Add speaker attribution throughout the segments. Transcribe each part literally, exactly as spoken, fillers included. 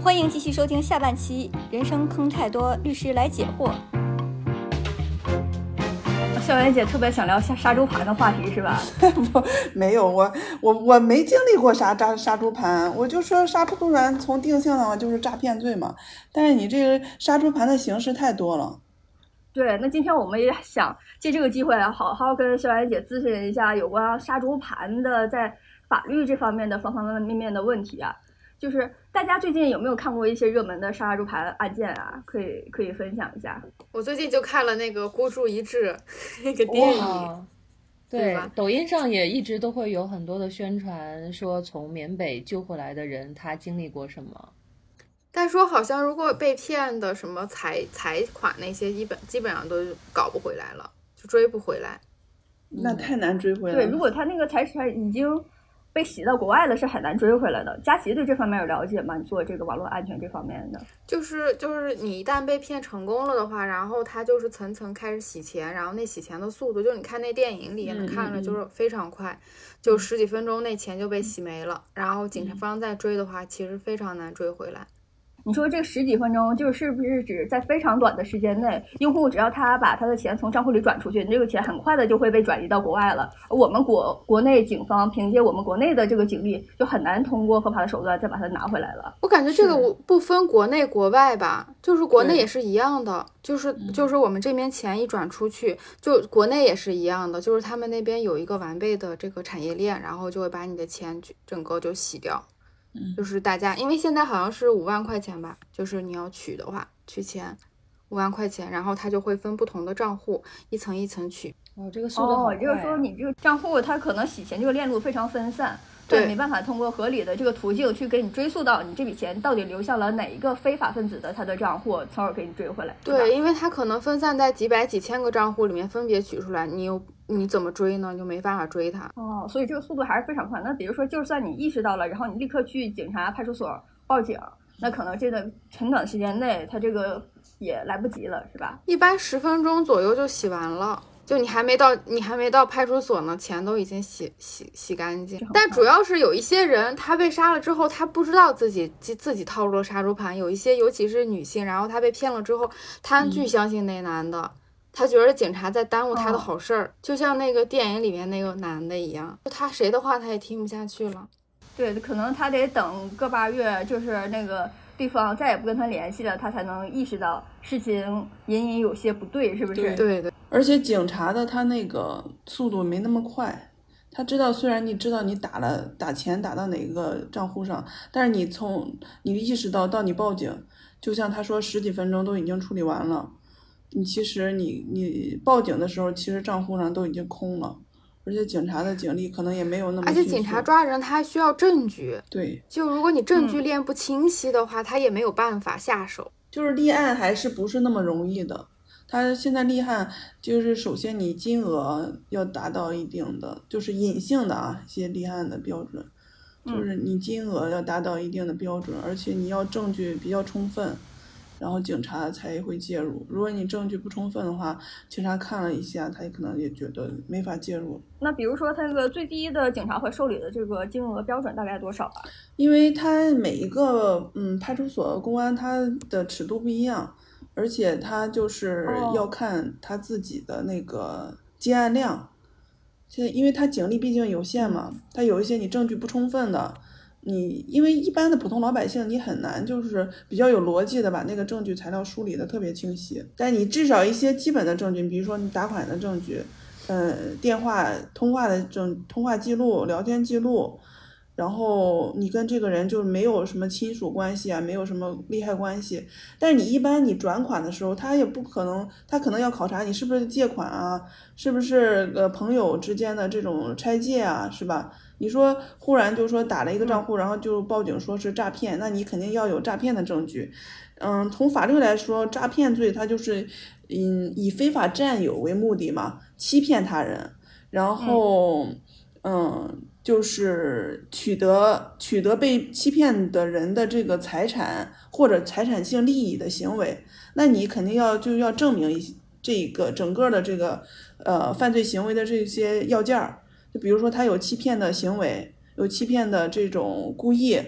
Speaker 1: 欢迎继续收听下半期人生坑太多，律师来解惑。校园姐特别想聊杀杀猪盘的话题是吧？
Speaker 2: 不，没有，我我我没经历过啥杀杀猪盘，我就说杀猪盘从定性上就是诈骗罪嘛。但是你这个杀猪盘的形式太多了。
Speaker 1: 对，那今天我们也想借这个机会好好跟校园姐咨询一下有关杀猪盘的在法律这方面的方方面面的问题啊。就是大家最近有没有看过一些热门的杀猪盘案件啊？可以可以分享一下。
Speaker 3: 我最近就看了那个孤注一掷那个电影，
Speaker 4: 对，抖音上也一直都会有很多的宣传，说从缅北救回来的人他经历过什么。
Speaker 3: 但说好像如果被骗的什么财财款那些，基本基本上都搞不回来了，就追不回来。
Speaker 2: 那太难追回来了。
Speaker 1: 对，如果他那个财产已经被洗到国外了，是很难追回来的。佳琪对这方面有了解吗？你做这个网络安全这方面的，
Speaker 3: 就是就是你一旦被骗成功了的话，然后他就是层层开始洗钱，然后那洗钱的速度，就是你看那电影里也能看了，就是非常快，嗯、就十几分钟那钱就被洗没了。嗯、然后警察方再追的话，其实非常难追回来。
Speaker 1: 你说这十几分钟就是不是指在非常短的时间内，用户只要他把他的钱从账户里转出去，你这个钱很快的就会被转移到国外了。我们国国内警方凭借我们国内的这个警力，就很难通过合法的手段再把它拿回来了。
Speaker 3: 我感觉这个不分国内国外吧，就是国内也是一样的，就是就是我们这边钱一转出去，就国内也是一样的，就是他们那边有一个完备的这个产业链，然后就会把你的钱整个就洗掉。就是大家，因为现在好像是五万块钱吧，就是你要取的话，取钱五万块钱，然后它就会分不同的账户，一层一层取。
Speaker 4: 哦，这个速度好快、啊。
Speaker 1: 哦，就是说你这个账户它可能洗钱这个链路非常分散，对，没办法通过合理的这个途径去给你追溯到你这笔钱到底流向了哪一个非法分子的他的账户，从而给你追回来。
Speaker 3: 对，因为它可能分散在几百几千个账户里面分别取出来，你又你怎么追呢？你就没办法追它。
Speaker 1: 哦，所以这个速度还是非常快。那比如说，就算你意识到了，然后你立刻去警察派出所报警，那可能这个很短时间内，它这个也来不及了，是吧？
Speaker 3: 一般十分钟左右就洗完了。就你还没到，你还没到派出所呢，钱都已经洗洗洗干净。但主要是有一些人，他被杀了之后，他不知道自己自己套入了杀猪盘。有一些，尤其是女性，然后她被骗了之后，她巨相信那男的，她、嗯、觉得警察在耽误她的好事儿、哦，就像那个电影里面那个男的一样，他谁的话他也听不下去了。
Speaker 1: 对，可能他得等个把月，就是那个对方再也不跟他联系了，他才能意识到事情隐隐有些不对，是不是？
Speaker 3: 对对对。
Speaker 2: 而且警察的他那个速度没那么快，他知道虽然你知道你打了打钱打到哪个账户上，但是你从你意识到到你报警，就像他说十几分钟都已经处理完了，你其实你你报警的时候，其实账户上都已经空了。而且警察的警力可能也没有那么，
Speaker 3: 而且警察抓人他需要证据，
Speaker 2: 对，
Speaker 3: 就如果你证据链不清晰的话、嗯、他也没有办法下手。
Speaker 2: 就是立案还是不是那么容易的，他现在立案就是首先你金额要达到一定的，就是隐性的啊一些立案的标准，就是你金额要达到一定的标准、嗯、而且你要证据比较充分，然后警察才会介入。如果你证据不充分的话，警察看了一下，他可能也觉得没法介入。
Speaker 1: 那比如说他那个最低的警察会受理的这个金额标准大概多少啊？
Speaker 2: 因为他每一个嗯派出所公安他的尺度不一样，而且他就是要看他自己的那个接案量。现在因为他警力毕竟有限嘛，他有一些你证据不充分的，你因为一般的普通老百姓你很难就是比较有逻辑的把那个证据材料梳理的特别清晰，但你至少一些基本的证据，比如说你打款的证据，呃，电话通话的证通话记录、聊天记录，然后你跟这个人就没有什么亲属关系啊，没有什么利害关系，但是你一般你转款的时候，他也不可能，他可能要考察你是不是借款啊，是不是呃朋友之间的这种拆借啊，是吧？你说忽然就说打了一个账户，然后就报警说是诈骗，那你肯定要有诈骗的证据。嗯，从法律来说，诈骗罪它就是嗯以非法占有为目的嘛，欺骗他人，然后嗯。嗯就是取得取得被欺骗的人的这个财产或者财产性利益的行为，那你肯定要就要证明一这个整个的这个呃犯罪行为的这些要件儿，就比如说他有欺骗的行为，有欺骗的这种故意，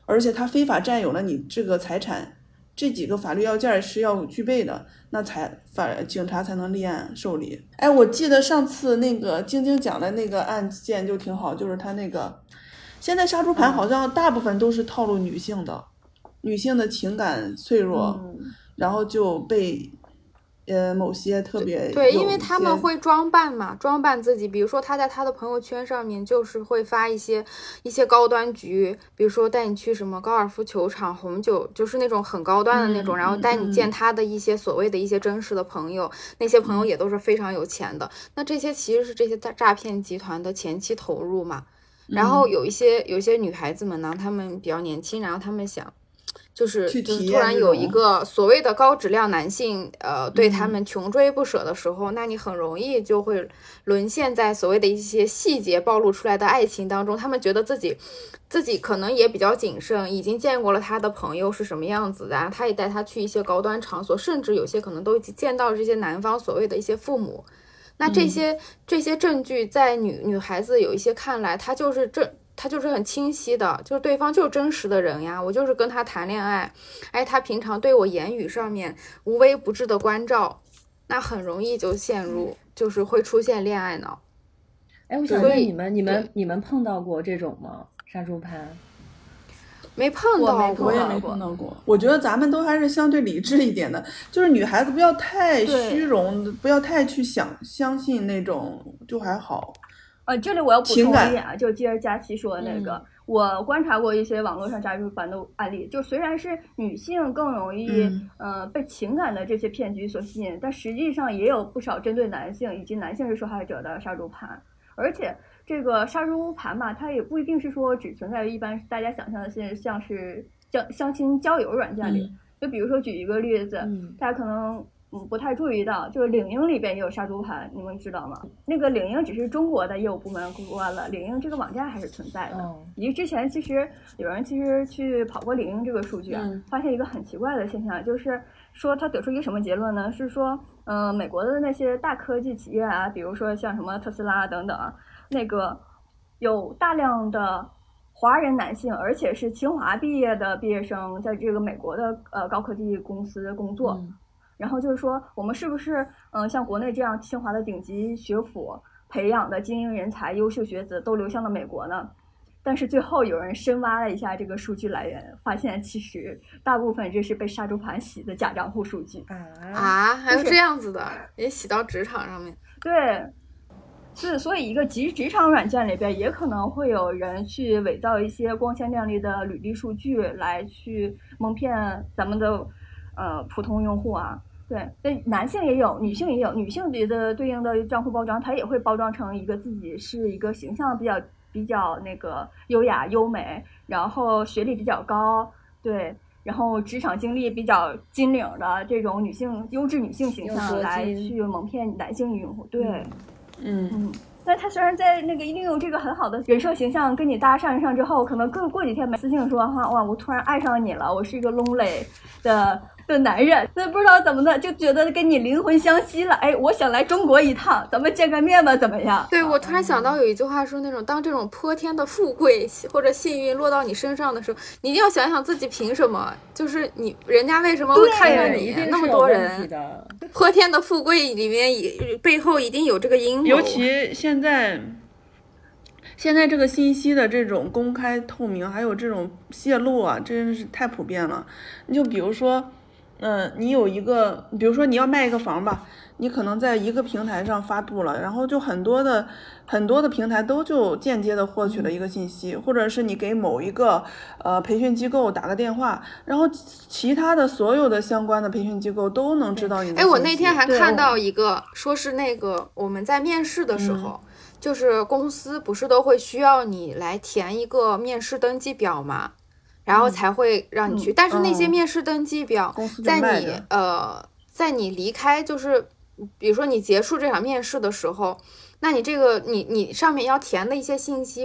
Speaker 2: 而且他非法占有了你这个财产，这几个法律要件是要具备的，那才法警察才能立案受理。哎，我记得上次那个晶晶讲的那个案件就挺好，就是他那个现在杀猪盘好像大部分都是套路女性的，嗯、女性的情感脆弱，嗯、然后就被呃某些特别
Speaker 3: 对，因为他们会装扮嘛，装扮自己，比如说他在他的朋友圈上面就是会发一些一些高端局，比如说带你去什么高尔夫球场、红酒，就是那种很高端的那种，嗯、然后带你见他的一些所谓的一些真实的朋友，嗯、那些朋友也都是非常有钱的。那这些其实是这些诈骗集团的前期投入嘛。然后有一些有一些女孩子们呢，她们比较年轻，然后她们想就是就是突然有一个所谓的高质量男性呃对他们穷追不舍的时候，嗯、那你很容易就会沦陷在所谓的一些细节暴露出来的爱情当中。他们觉得自己自己可能也比较谨慎，已经见过了他的朋友是什么样子的，然后他也带他去一些高端场所，甚至有些可能都见到这些男方所谓的一些父母。那这些、嗯、这些证据在女女孩子有一些看来，他就是正他就是很清晰的，就是对方就是真实的人呀，我就是跟他谈恋爱，哎，他平常对我言语上面无微不至的关照，那很容易就陷入，就是会出现恋爱脑。
Speaker 4: 哎，我想问你们，你们你们碰到过这种吗？杀猪盘？
Speaker 3: 没碰到过，
Speaker 2: 我也没碰到过。我觉得咱们都还是相对理智一点的，就是女孩子不要太虚荣，不要太去想相信那种，就还好。
Speaker 1: 呃，这里我要补充一点啊，就接着佳琪说的那个、嗯，我观察过一些网络上杀猪盘的案例，就虽然是女性更容易、嗯、呃被情感的这些骗局所吸引，但实际上也有不少针对男性以及男性是受害者的杀猪盘，而且。这个杀猪盘嘛，它也不一定是说只存在于一般大家想象的是像是相相亲交友软件里、嗯，就比如说举一个例子，嗯、大家可能嗯不太注意到，就是领英里边也有杀猪盘，你们知道吗？那个领英只是中国的业务部门关了，领英这个网站还是存在的。哦、以及之前其实有人其实去跑过领英这个数据啊、嗯，发现一个很奇怪的现象，就是说他得出一个什么结论呢？是说，呃，美国的那些大科技企业啊，比如说像什么特斯拉等等。那个有大量的华人男性，而且是清华毕业的毕业生，在这个美国的呃高科技公司工作。嗯、然后就是说，我们是不是嗯、呃、像国内这样清华的顶级学府培养的精英人才、优秀学子都流向了美国呢？但是最后有人深挖了一下这个数据来源，发现其实大部分这是被杀猪盘洗的假账户数据
Speaker 3: 啊，还有这样子的，也洗到职场上面。
Speaker 1: 对。是，所以一个职职场软件里边也可能会有人去伪造一些光鲜亮丽的履历数据来去蒙骗咱们的呃普通用户啊。对，那男性也有，女性也有，女性别的对应的账户包装，它也会包装成一个自己是一个形象比较比较那个优雅优美，然后学历比较高，对，然后职场经历比较金领的这种女性优质女性形象来去蒙骗男性用户，对。嗯
Speaker 2: 嗯
Speaker 1: 嗯，但他虽然在那个利用这个很好的人设形象跟你搭讪上之后，可能过过几天没私信说哈哇，我突然爱上你了，我是一个 lonely 的的男人，那不知道怎么的就觉得跟你灵魂相吸了，哎，我想来中国一趟，咱们见个面吧，怎么样？
Speaker 3: 对，我突然想到有一句话说，那种当这种泼天的富贵或者幸运落到你身上的时候，你一定要想想自己凭什么，就是你人家为什么会看上你？那么多人，泼天的富贵里面背后一定有这个阴谋。
Speaker 2: 尤其现在。现在这个信息的这种公开透明，还有这种泄露啊，真是太普遍了。你就比如说，嗯、呃，你有一个，比如说你要卖一个房吧，你可能在一个平台上发布了，然后就很多的很多的平台都就间接的获取了一个信息，或者是你给某一个呃培训机构打个电话，然后其他的所有的相关的培训机构都能知道你的信息。
Speaker 3: 哎，我那天还看到一个，说是那个我们在面试的时候。嗯，就是公司不是都会需要你来填一个面试登记表嘛，然后才会让你去。嗯、但是那些面试登记表，
Speaker 2: 嗯、
Speaker 3: 在你呃，在你离开，就是比如说你结束这场面试的时候，那你这个你你上面要填的一些信息，包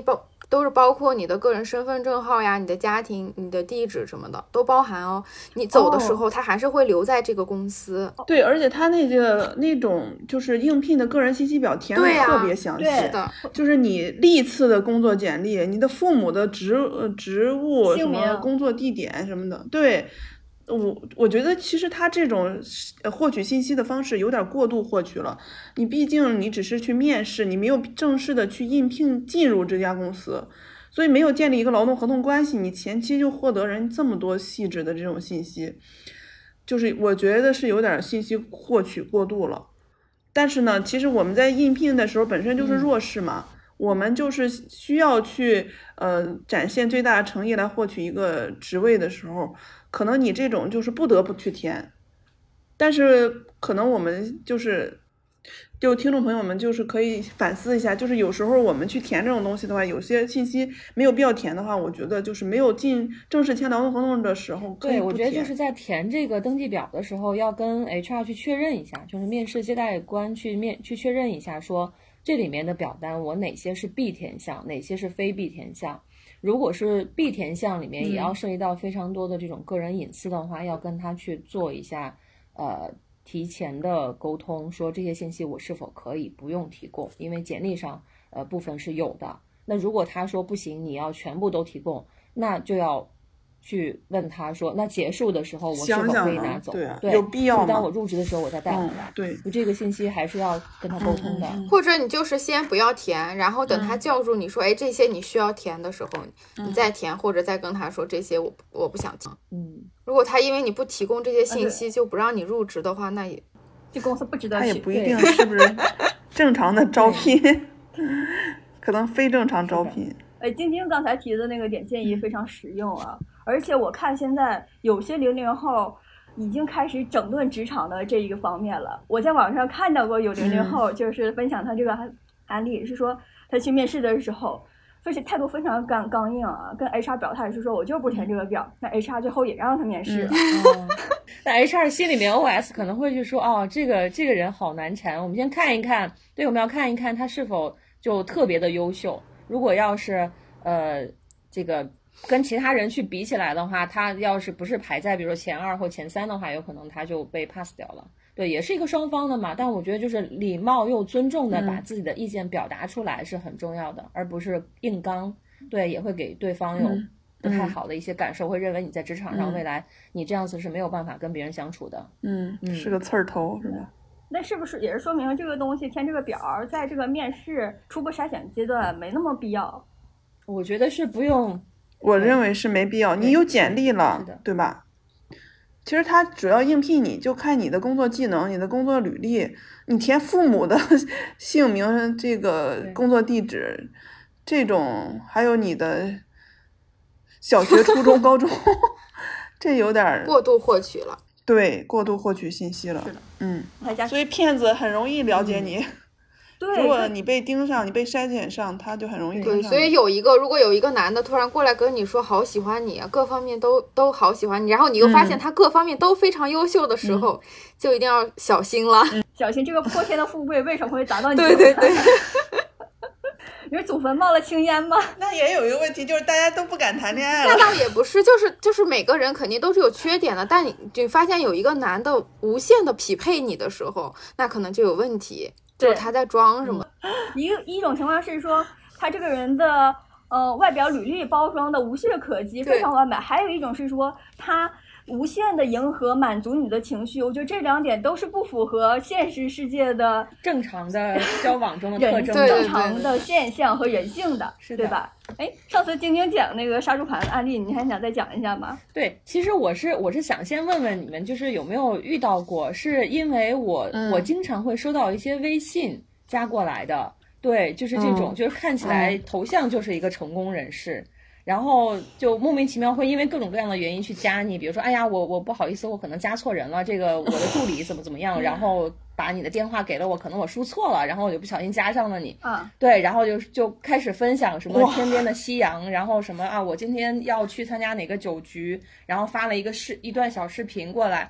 Speaker 3: 都是包括你的个人身份证号呀、你的家庭、你的地址什么的都包含哦。你走的时候，他还是会留在这个公司。
Speaker 2: 对，而且他那个那种就是应聘的个人信息表填的特别详细，
Speaker 3: 是的，
Speaker 2: 就是你历次的工作简历、你的父母的职呃职务、什么工作地点什么的，对。我我觉得其实他这种获取信息的方式有点过度获取了。你毕竟你只是去面试，你没有正式的去应聘进入这家公司，所以没有建立一个劳动合同关系，你前期就获得人这么多细致的这种信息，就是我觉得是有点信息获取过度了。但是呢，其实我们在应聘的时候本身就是弱势嘛，嗯、我们就是需要去呃展现最大的诚意来获取一个职位的时候。可能你这种就是不得不去填，但是可能我们就是就听众朋友们就是可以反思一下，就是有时候我们去填这种东西的话，有些信息没有必要填的话，我觉得就是没有进正式签劳动合同的时候可以不填。
Speaker 4: 对，我觉得就是在填这个登记表的时候要跟 H R 去确认一下，就是面试接待官去面去确认一下，说这里面的表单我哪些是必填项，哪些是非必填项。如果是必填项里面也要涉及到非常多的这种个人隐私的话，嗯、要跟他去做一下呃提前的沟通，说这些信息我是否可以不用提供，因为简历上呃部分是有的。那如果他说不行，你要全部都提供，那就要去问他说，那结束的时候我是否可以拿走？
Speaker 2: 想想
Speaker 4: 对，
Speaker 2: 有必要吗？
Speaker 4: 当我入职的时候我再带回来。
Speaker 2: 嗯、对，
Speaker 4: 这个信息还是要跟他沟通的。
Speaker 2: 嗯嗯、
Speaker 3: 或者你就是先不要填，然后等他叫住你说，嗯、哎，这些你需要填的时候，你再填，嗯、或者再跟他说这些我我不想填。
Speaker 4: 嗯，
Speaker 3: 如果他因为你不提供这些信息就不让你入职的话，那也
Speaker 1: 这公司不值得
Speaker 2: 取。他也不一定是不是正常的招聘，可能非正常招聘。
Speaker 1: 哎，晶晶刚才提的那个点建议非常实用啊，而且我看现在有些零零后已经开始整顿职场的这一个方面了。我在网上看到过有零零后就是分享他这个案例，是说他去面试的时候，非常态度非常刚刚硬啊，跟 H R 表态是说我就不填这个表，那 H R 最后也让他面试了。
Speaker 4: 嗯哦、那 H R 心里面 O S 可能会去说，哦，这个这个人好难缠，我们先看一看，对，我们要看一看他是否就特别的优秀。如果要是呃这个跟其他人去比起来的话，他要是不是排在比如说前二或前三的话，有可能他就被 pass 掉了。对，也是一个双方的嘛，但我觉得就是礼貌又尊重的把自己的意见表达出来是很重要的，嗯、而不是硬刚。对，也会给对方有不太好的一些感受，嗯、会认为你在职场上未来你这样子是没有办法跟别人相处的。
Speaker 2: 嗯，嗯是个刺儿头是吧？
Speaker 1: 那是不是也是说明这个东西填这个表在这个面试初步筛选阶段没那么必要？
Speaker 4: 我觉得是不用，
Speaker 2: 我认为是没必要。你有简历了，对吧？其实他主要应聘你就看你的工作技能、你的工作履历，你填父母的姓名、这个工作地址，这种还有你的小学、初中、高中，这有点
Speaker 3: 过度获取了。
Speaker 2: 对，过度获取信息了。
Speaker 1: 是的，
Speaker 2: 嗯，所以骗子很容易了解你。
Speaker 1: 嗯对，
Speaker 2: 如果你被盯上，你被筛选上，他就很容易盯上你。
Speaker 3: 对，所以有一个，如果有一个男的突然过来跟你说好喜欢你，各方面都都好喜欢你，然后你又发现他各方面都非常优秀的时候，嗯、就一定要小心了。
Speaker 1: 嗯、小心这个泼天的富贵为什么会砸到你？
Speaker 3: 对对对。
Speaker 1: 你是祖坟冒了青烟吗？
Speaker 2: 那也有一个问题，就是大家都不敢谈恋爱了。
Speaker 3: 那倒也不是，就是就是每个人肯定都是有缺点的，但你你发现有一个男的无限的匹配你的时候，那可能就有问题。就是他在装什么？
Speaker 1: 嗯、一一种情况是说他这个人的呃外表履历包装的无懈可击，非常完美；还有一种是说他无限的迎合满足你的情绪。我觉得这两点都是不符合现实世界的
Speaker 4: 正常的交往中的特征
Speaker 1: 的正常的现象和人性的，
Speaker 4: 是的，
Speaker 1: 对吧？哎，上次晶晶讲那个杀猪盘的案例，你还想再讲一下吗？
Speaker 4: 对，其实我是我是想先问问你们，就是有没有遇到过，是因为我、嗯、我经常会收到一些微信加过来的，对，就是这种、嗯、就是看起来头像就是一个成功人士。嗯然后就莫名其妙会因为各种各样的原因去加你，比如说哎呀我我不好意思我可能加错人了，这个我的助理怎么怎么样，然后把你的电话给了我，可能我输错了，然后我就不小心加上了你
Speaker 1: 啊，
Speaker 4: 对，然后就就开始分享什么天边的夕阳，然后什么啊我今天要去参加哪个酒局，然后发了一个视一段小视频过来，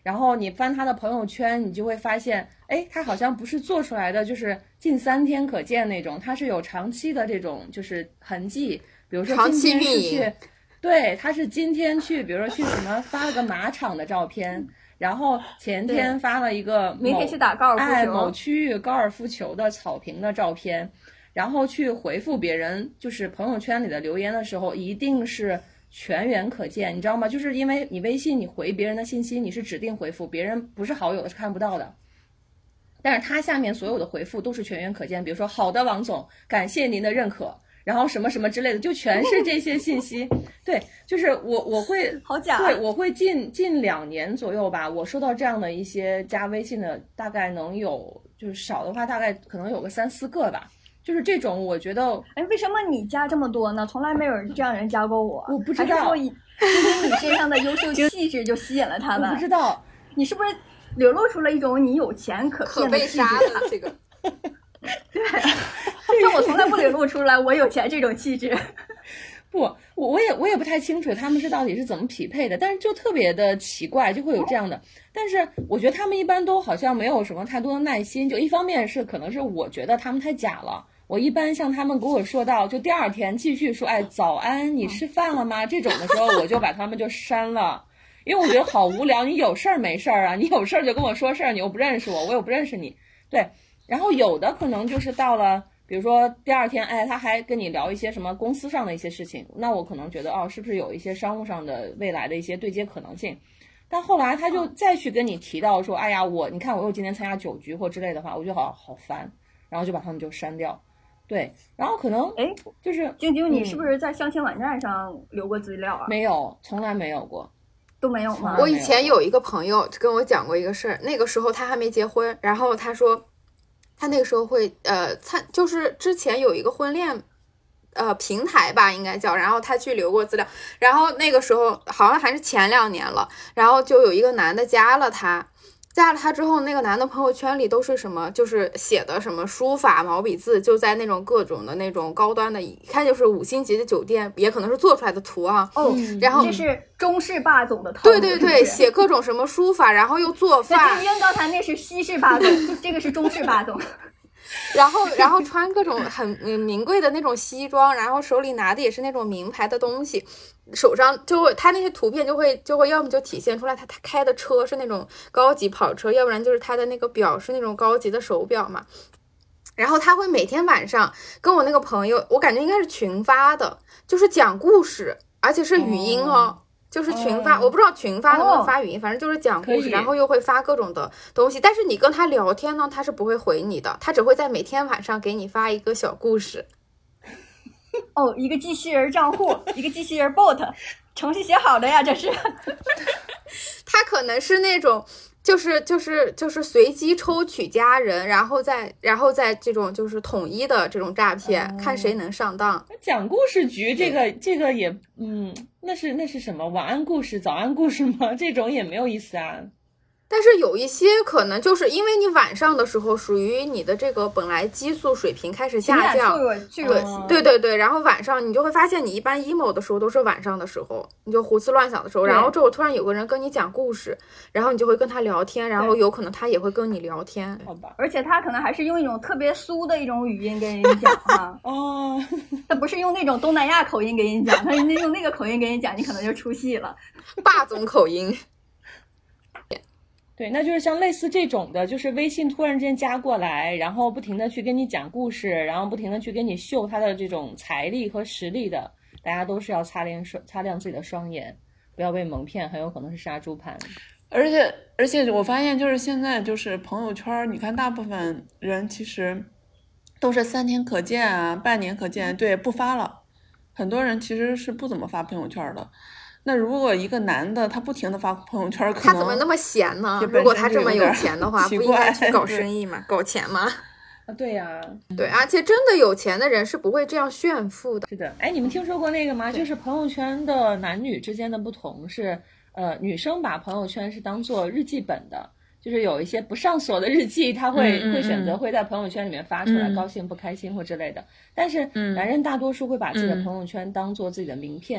Speaker 4: 然后你翻他的朋友圈，你就会发现，哎，他好像不是做出来的就是近三天可见那种，他是有长期的这种就是痕迹，比如说今天是去，对，他是今天去，比如说去什么发了个马场的照片，然后前天发了一个
Speaker 1: 明天去打高尔夫球，
Speaker 4: 哎，某区域高尔夫球的草坪的照片，然后去回复别人就是朋友圈里的留言的时候，一定是全员可见，你知道吗？就是因为你微信你回别人的信息，你是指定回复，别人不是好友的是看不到的。但是他下面所有的回复都是全员可见，比如说好的王总，感谢您的认可，然后什么什么之类的，就全是这些信息。对，就是我我会
Speaker 1: 好假，
Speaker 4: 对，我会近近两年左右吧，我收到这样的一些加微信的，大概能有就是少的话大概可能有个三四个吧。就是这种，我觉得，
Speaker 1: 哎，为什么你加这么多呢？从来没有这样人加过我。
Speaker 4: 我不知道，
Speaker 1: 还是说因为你身上的优秀气质就吸引了他们？
Speaker 4: 我不知道，
Speaker 1: 你是不是流露出了一种你有钱可
Speaker 3: 可被杀的这个？
Speaker 1: 对，但我从来不流露出来我有钱这种气质。
Speaker 4: 不，我我也我也不太清楚他们是到底是怎么匹配的，但是就特别的奇怪，就会有这样的。但是我觉得他们一般都好像没有什么太多的耐心，就一方面是可能是我觉得他们太假了。我一般像他们给我说到，就第二天继续说，哎，早安，你吃饭了吗？这种的时候，我就把他们就删了，因为我觉得好无聊。你有事儿没事儿啊？你有事儿就跟我说事儿，你又不认识我，我又不认识你，对。然后有的可能就是到了。比如说第二天，哎，他还跟你聊一些什么公司上的一些事情，那我可能觉得哦，是不是有一些商务上的未来的一些对接可能性？但后来他就再去跟你提到说，哎呀，我你看我又今天参加酒局或之类的话，我觉得好好烦，然后就把他们就删掉。对，然后可能
Speaker 1: 哎，
Speaker 4: 就是
Speaker 1: 晶晶，你是不是在相亲网站上留过资料啊？
Speaker 4: 没有，从来没有过，
Speaker 1: 都没有吗？
Speaker 3: 我以前有一个朋友跟我讲过一个事儿，那个时候他还没结婚，然后他说。他那个时候会呃参，就是之前有一个婚恋呃平台吧，应该叫，然后他去留过资料，然后那个时候好像还是前两年了，然后就有一个男的加了他，加了他之后，那个男的朋友圈里都是什么，就是写的什么书法毛笔字，就在那种各种的那种高端的，一看就是五星级的酒店，也可能是做出来的图啊。
Speaker 1: 哦，
Speaker 3: 然后
Speaker 1: 这是中式霸总的套
Speaker 3: 路。对对对，写各种什么书法，然后又做饭。
Speaker 1: 那晶晶刚才那是西式霸总，这个是中式霸总。
Speaker 3: 然后，然后穿各种很名贵的那种西装，然后手里拿的也是那种名牌的东西，手上就会他那些图片就会就会要么就体现出来他他开的车是那种高级跑车，要不然就是他的那个表是那种高级的手表嘛。然后他会每天晚上跟我那个朋友，我感觉应该是群发的，就是讲故事，而且是语音哦。哦就是群发，哦、我不知道群发能不能发语音，哦、反正就是讲故事，然后又会发各种的东西。但是你跟他聊天呢，他是不会回你的，他只会在每天晚上给你发一个小故事。
Speaker 1: 哦，一个机器人账户，一个机器人 bot， 程序写好的呀，这是。
Speaker 3: 他可能是那种。就是就是就是随机抽取家人，然后再然后再这种就是统一的这种诈骗，哦、看谁能上当。
Speaker 4: 讲故事局这个这个也嗯，那是那是什么晚安故事、早安故事吗？这种也没有意思啊。
Speaker 3: 但是有一些可能就是因为你晚上的时候属于你的这个本来激素水平开始下降，
Speaker 1: 对
Speaker 3: 对对对，然后晚上你就会发现你一般 emo 的时候都是晚上的时候，你就胡思乱想的时候，然后之后突然有个人跟你讲故事，然后你就会跟他聊天，然后有可能他也会跟你聊天，
Speaker 4: 好吧？
Speaker 1: 而且他可能还是用一种特别酥的一种语音跟人讲哈，
Speaker 4: 哦，
Speaker 1: 他不是用那种东南亚口音给你讲，他用那个口音给你讲，你可能就出戏了，
Speaker 3: 霸总口音。
Speaker 4: 对，那就是像类似这种的，就是微信突然间加过来，然后不停的去跟你讲故事，然后不停的去跟你秀他的这种财力和实力的，大家都是要擦亮双擦亮自己的双眼，不要被蒙骗，很有可能是杀猪盘。
Speaker 2: 而且而且我发现就是现在就是朋友圈，你看大部分人其实都是三天可见啊，半年可见，对，不发了。很多人其实是不怎么发朋友圈的。那如果一个男的他不停的发朋友圈，可能
Speaker 3: 他怎么那么闲呢？如果他这么有钱的话，不应该去搞生意吗？搞钱吗？
Speaker 4: 啊，对呀、啊，
Speaker 3: 对，而且真的有钱的人是不会这样炫富的。
Speaker 4: 是的，哎，你们听说过那个吗？就是朋友圈的男女之间的不同是，呃，女生把朋友圈是当做日记本的。就是有一些不上锁的日记，他会、嗯嗯、会选择会在朋友圈里面发出来，嗯、高兴不开心或之类的。但是男人大多数会把自己的朋友圈当做自己的名片。嗯、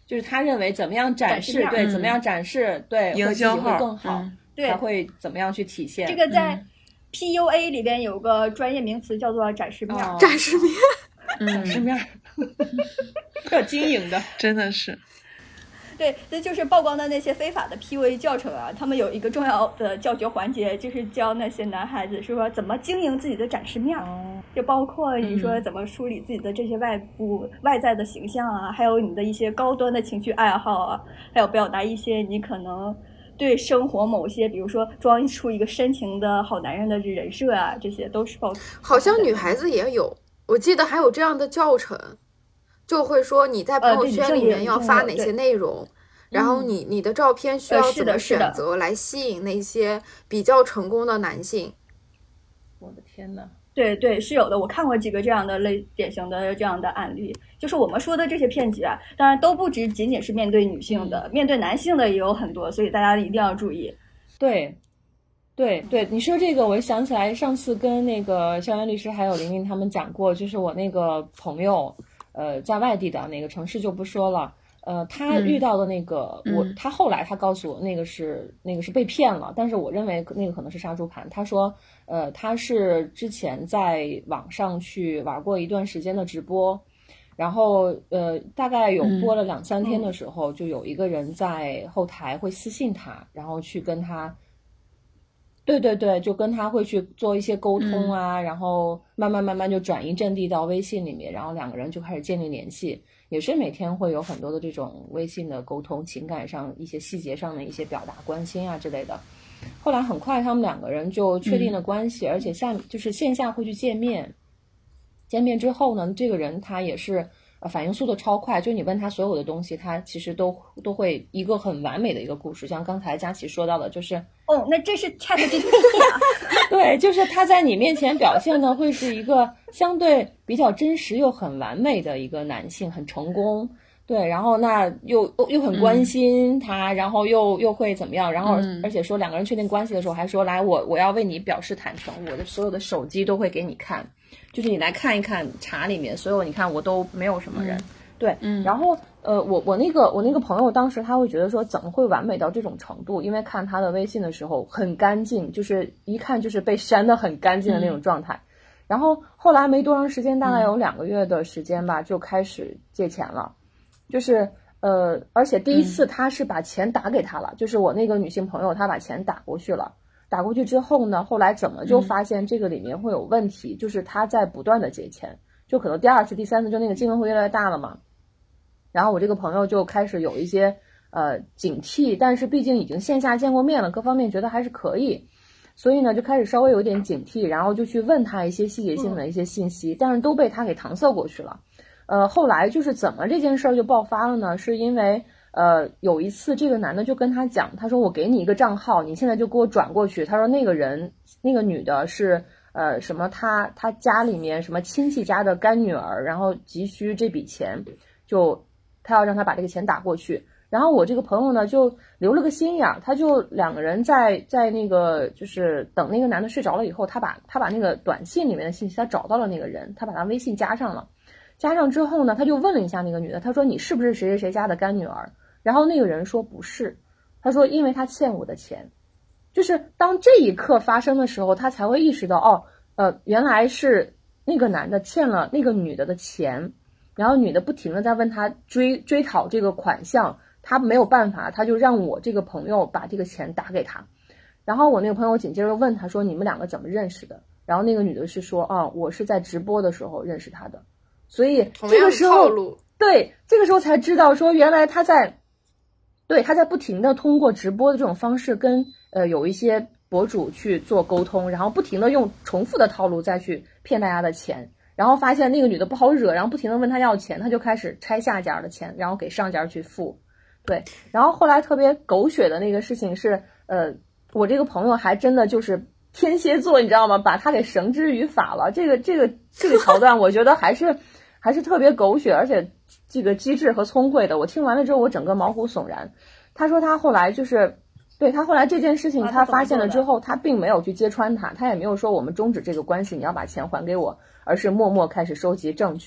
Speaker 4: 就是他认为怎么样展示，对，怎么样展示，对，
Speaker 2: 营销号
Speaker 4: 会更好，
Speaker 2: 嗯、
Speaker 4: 才会怎么样去体现。
Speaker 1: 这个在 P U A 里边有个专业名词叫做展示面，
Speaker 3: 哦、展示面，
Speaker 4: 展示面，要经营的，
Speaker 2: 真的是。
Speaker 1: 对，这就是曝光的那些非法的 P U A 教程啊，他们有一个重要的教学环节，就是教那些男孩子说怎么经营自己的展示面，哦、就包括你说怎么梳理自己的这些外部、嗯、外在的形象啊，还有你的一些高端的情绪爱好啊，还有表达一些你可能对生活某些，比如说装出一个深情的好男人的人设啊，这些都是报。
Speaker 3: 好像女孩子也有，我记得还有这样的教程。就会说你在朋友圈里面要发哪些内容，呃、然后你你的照片需要怎么选择来吸引那些比较成功的男性。
Speaker 4: 我的天哪！
Speaker 1: 对对，是有的，我看过几个这样的类典型的这样的案例。就是我们说的这些骗局啊，当然都不只仅仅是面对女性的，嗯、面对男性的也有很多，所以大家一定要注意。
Speaker 4: 对。对对，你说这个，我想起来上次跟那个校园律师还有玲玲他们讲过，就是我那个朋友。呃，在外地的哪个城市就不说了。呃，他遇到的那个，嗯、我他后来他告诉我，那个是那个是被骗了，但是我认为那个可能是杀猪盘。他说，呃，他是之前在网上去玩过一段时间的直播，然后呃，大概有播了两三天的时候，嗯、就有一个人在后台会私信他，然后去跟他。对对对，就跟他会去做一些沟通啊，嗯、然后慢慢慢慢就转移阵地到微信里面，然后两个人就开始建立联系，也是每天会有很多的这种微信的沟通，情感上一些细节上的一些表达关心啊之类的。后来很快他们两个人就确定了关系，嗯、而且下就是线下会去见面，见面之后呢，这个人他也是。呃，反应速度超快，就你问他所有的东西，他其实都都会一个很完美的一个故事。像刚才佳琪说到的，就是
Speaker 1: 哦，那这是 ChatGPT 啊。
Speaker 4: 对，就是他在你面前表现的会是一个相对比较真实又很完美的一个男性，很成功。对，然后那又又很关心他，嗯、然后又又会怎么样？然后而且说两个人确定关系的时候，还说来我我要为你表示坦诚，我的所有的手机都会给你看。就是你来看一看查里面所有，你看我都没有什么人，嗯、对，嗯，然后呃，我我那个我那个朋友当时他会觉得说怎么会完美到这种程度？因为看他的微信的时候很干净，就是一看就是被删得很干净的那种状态。嗯、然后后来没多长时间，大概有两个月的时间吧，嗯、就开始借钱了，就是呃，而且第一次他是把钱打给他了，嗯、就是我那个女性朋友她把钱打过去了。打过去之后呢，后来怎么就发现这个里面会有问题，嗯、就是他在不断的借钱，就可能第二次、第三次就那个金额会越来越大了嘛。然后我这个朋友就开始有一些呃警惕，但是毕竟已经线下见过面了，各方面觉得还是可以，所以呢就开始稍微有点警惕，然后就去问他一些细节性的一些信息，嗯、但是都被他给搪塞过去了。呃，后来就是怎么这件事儿就爆发了呢？是因为。呃，有一次这个男的就跟他讲，他说我给你一个账号，你现在就给我转过去。他说那个人，那个女的是呃什么他他家里面什么亲戚家的干女儿，然后急需这笔钱，就他要让他把这个钱打过去。然后我这个朋友呢就留了个心眼，他就两个人在在那个就是等那个男的睡着了以后，他把他把那个短信里面的信息他找到了那个人，他把他微信加上了。加上之后呢，他就问了一下那个女的，他说你是不是谁谁谁家的干女儿？然后那个人说不是，他说因为他欠我的钱。就是当这一刻发生的时候，他才会意识到哦，呃，原来是那个男的欠了那个女的的钱，然后女的不停的在问他追追讨这个款项，他没有办法，他就让我这个朋友把这个钱打给他。然后我那个朋友紧接着问他说你们两个怎么认识的？然后那个女的是说啊，我是在直播的时候认识他的。所以这个时候对这个时候才知道说原来他在对他在不停的通过直播的这种方式跟呃有一些博主去做沟通，然后不停的用重复的套路再去骗大家的钱，然后发现那个女的不好惹，然后不停的问他要钱，他就开始拆下家的钱然后给上家去付。对，然后后来特别狗血的那个事情是呃我这个朋友还真的就是天蝎座你知道吗，把他给绳之于法了。这个这个这个桥段我觉得还是还是特别狗血，而且这个机智和聪慧的。我听完了之后我整个毛骨悚然。他说他后来就是对他后来这件事情他发现了之后，他并没有去揭穿他，他也没有说我们终止这个关系你要把钱还给我，而是默默开始收集证据，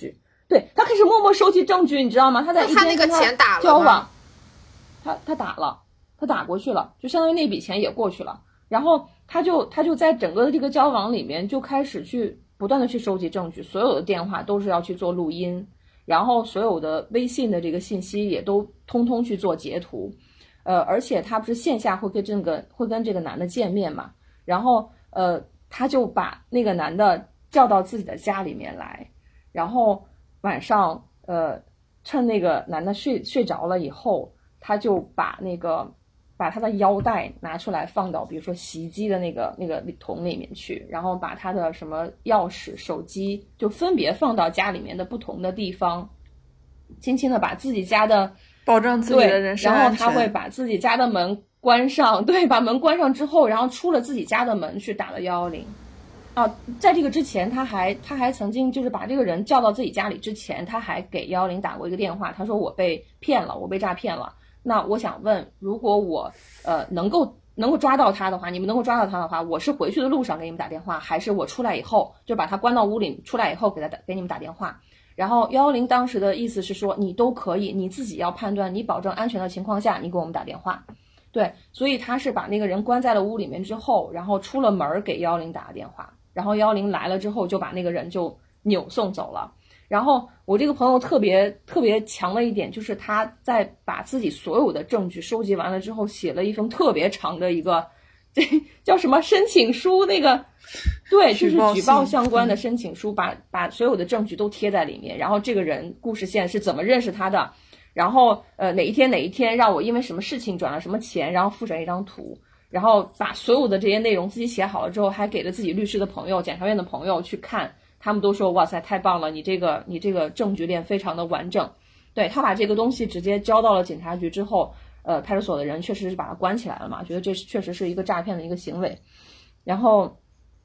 Speaker 4: 对，他开始默默收集证据，你知道吗？他在一边跟他交往，他他打了，他打过去了，就相当于那笔钱也过去了。然后他就他就在整个的这个交往里面就开始去不断的去收集证据，所有的电话都是要去做录音，然后所有的微信的这个信息也都通通去做截图。呃，而且他不是线下会跟这个会跟这个男的见面嘛，然后呃，他就把那个男的叫到自己的家里面来，然后晚上呃，趁那个男的睡睡着了以后，他就把那个把他的腰带拿出来放到比如说洗衣机的那个那个桶里面去，然后把他的什么钥匙、手机就分别放到家里面的不同的地方，轻轻的把自己家的
Speaker 2: 保障自己的人身安全，
Speaker 4: 然后他会把自己家的门关上，对，把门关上之后，然后出了自己家的门去打了一一零。啊，在这个之前，他还他还曾经就是把这个人叫到自己家里之前，他还给一一零打过一个电话，他说我被骗了，我被诈骗了。那我想问，如果我呃能够能够抓到他的话，你们能够抓到他的话，我是回去的路上给你们打电话，还是我出来以后就把他关到屋里，出来以后给他打给你们打电话？然后一一零当时的意思是说，你都可以，你自己要判断，你保证安全的情况下，你给我们打电话。对，所以他是把那个人关在了屋里面之后，然后出了门给一一零打了电话，然后一一零来了之后就把那个人就扭送走了。然后我这个朋友特别特别强的一点就是他在把自己所有的证据收集完了之后，写了一封特别长的一个这叫什么申请书，那个对，就是举报相关的申请书，把把所有的证据都贴在里面，然后这个人故事线是怎么认识他的，然后呃哪一天哪一天让我因为什么事情转了什么钱，然后附上一张图，然后把所有的这些内容自己写好了之后，还给了自己律师的朋友、检察院的朋友去看，他们都说哇塞太棒了，你这个你这个证据链非常的完整。对，他把这个东西直接交到了警察局之后，呃派出所的人确实是把他关起来了嘛，觉得这确实是一个诈骗的一个行为。然后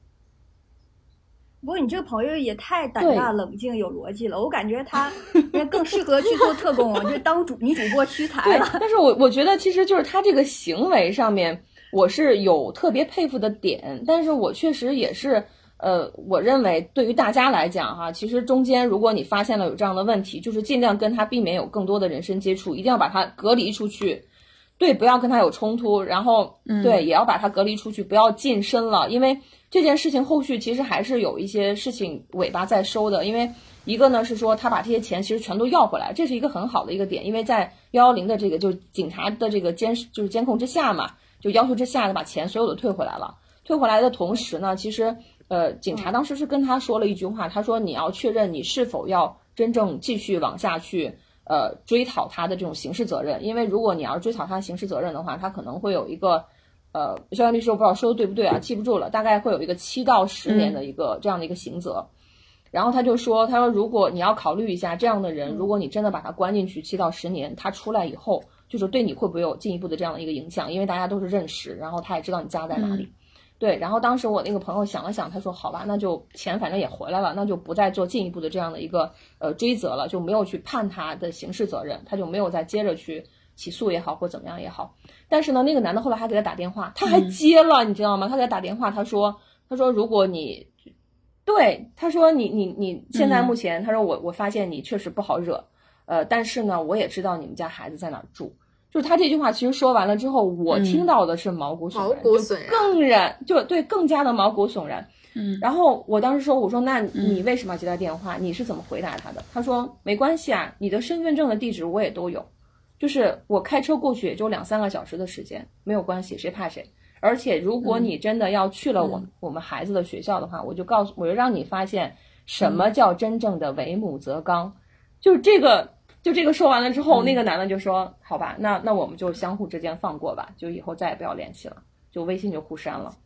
Speaker 1: 不过你这个朋友也太胆大冷静有逻辑了，我感觉他更适合去做特工，就当主女主播屈才了。
Speaker 4: 但是我我觉得其实就是他这个行为上面我是有特别佩服的点，但是我确实也是呃，我认为对于大家来讲哈，其实中间如果你发现了有这样的问题，就是尽量跟他避免有更多的人身接触，一定要把他隔离出去。对，不要跟他有冲突，然后对，也要把他隔离出去，不要近身了，因为这件事情后续其实还是有一些事情尾巴在收的。因为一个呢是说他把这些钱其实全都要回来，这是一个很好的一个点，因为在一一零的这个就警察的这个监就是监控之下嘛，就要求之下把钱所有的退回来了。退回来的同时呢，其实呃警察当时是跟他说了一句话，他说你要确认你是否要真正继续往下去呃，追讨他的这种刑事责任，因为如果你要是追讨他的刑事责任的话，他可能会有一个，呃，肖阳律师我不知道说的对不对啊，记不住了，大概会有一个七到十年的一个、嗯、这样的一个刑责。然后他就说，他说如果你要考虑一下这样的人，如果你真的把他关进去七到十年，他出来以后，就是对你会不会有进一步的这样的一个影响？因为大家都是认识，然后他也知道你家在哪里。嗯对，然后当时我那个朋友想了想，他说好吧，那就钱反正也回来了，那就不再做进一步的这样的一个呃追责了，就没有去判他的刑事责任，他就没有再接着去起诉也好或怎么样也好。但是呢，那个男的后来还给他打电话，他还接了、嗯、你知道吗？他给他打电话，他说他说如果你对他说你你你现在目前、嗯、他说我我发现你确实不好惹，呃但是呢我也知道你们家孩子在哪儿住。就是他这句话其实说完了之后，我听到的是毛骨悚然，
Speaker 3: 毛骨悚然，
Speaker 4: 更然就对更加的毛骨悚然。嗯，然后我当时说，我说那你为什么要接他电话？你是怎么回答他的？他说没关系啊，你的身份证的地址我也都有，就是我开车过去也就两三个小时的时间，没有关系，谁怕谁。而且如果你真的要去了我、嗯、我们孩子的学校的话，我就告诉我就让你发现什么叫真正的为母则刚，就是这个。就这个说完了之后、嗯、那个男的就说好吧，那那我们就相互之间放过吧，就以后再也不要联系了，就微信就互删了。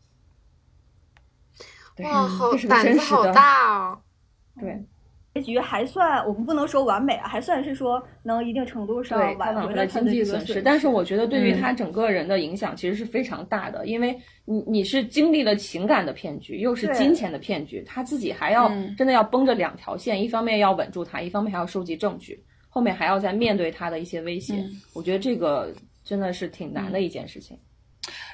Speaker 3: 哇，好胆子好大哦。
Speaker 4: 对，
Speaker 1: 结局还算我们不能说完美啊，还算是说能一定程度上挽回了
Speaker 4: 经济损失，但是我觉得对于他整个人的影响其实是非常大的、嗯、因为你你是经历了情感的骗局，又是金钱的骗局，他自己还要、嗯、真的要绷着两条线，一方面要稳住他，一方面还要收集证据，后面还要再面对他的一些威胁、嗯、我觉得这个真的是挺难的一件事情、嗯、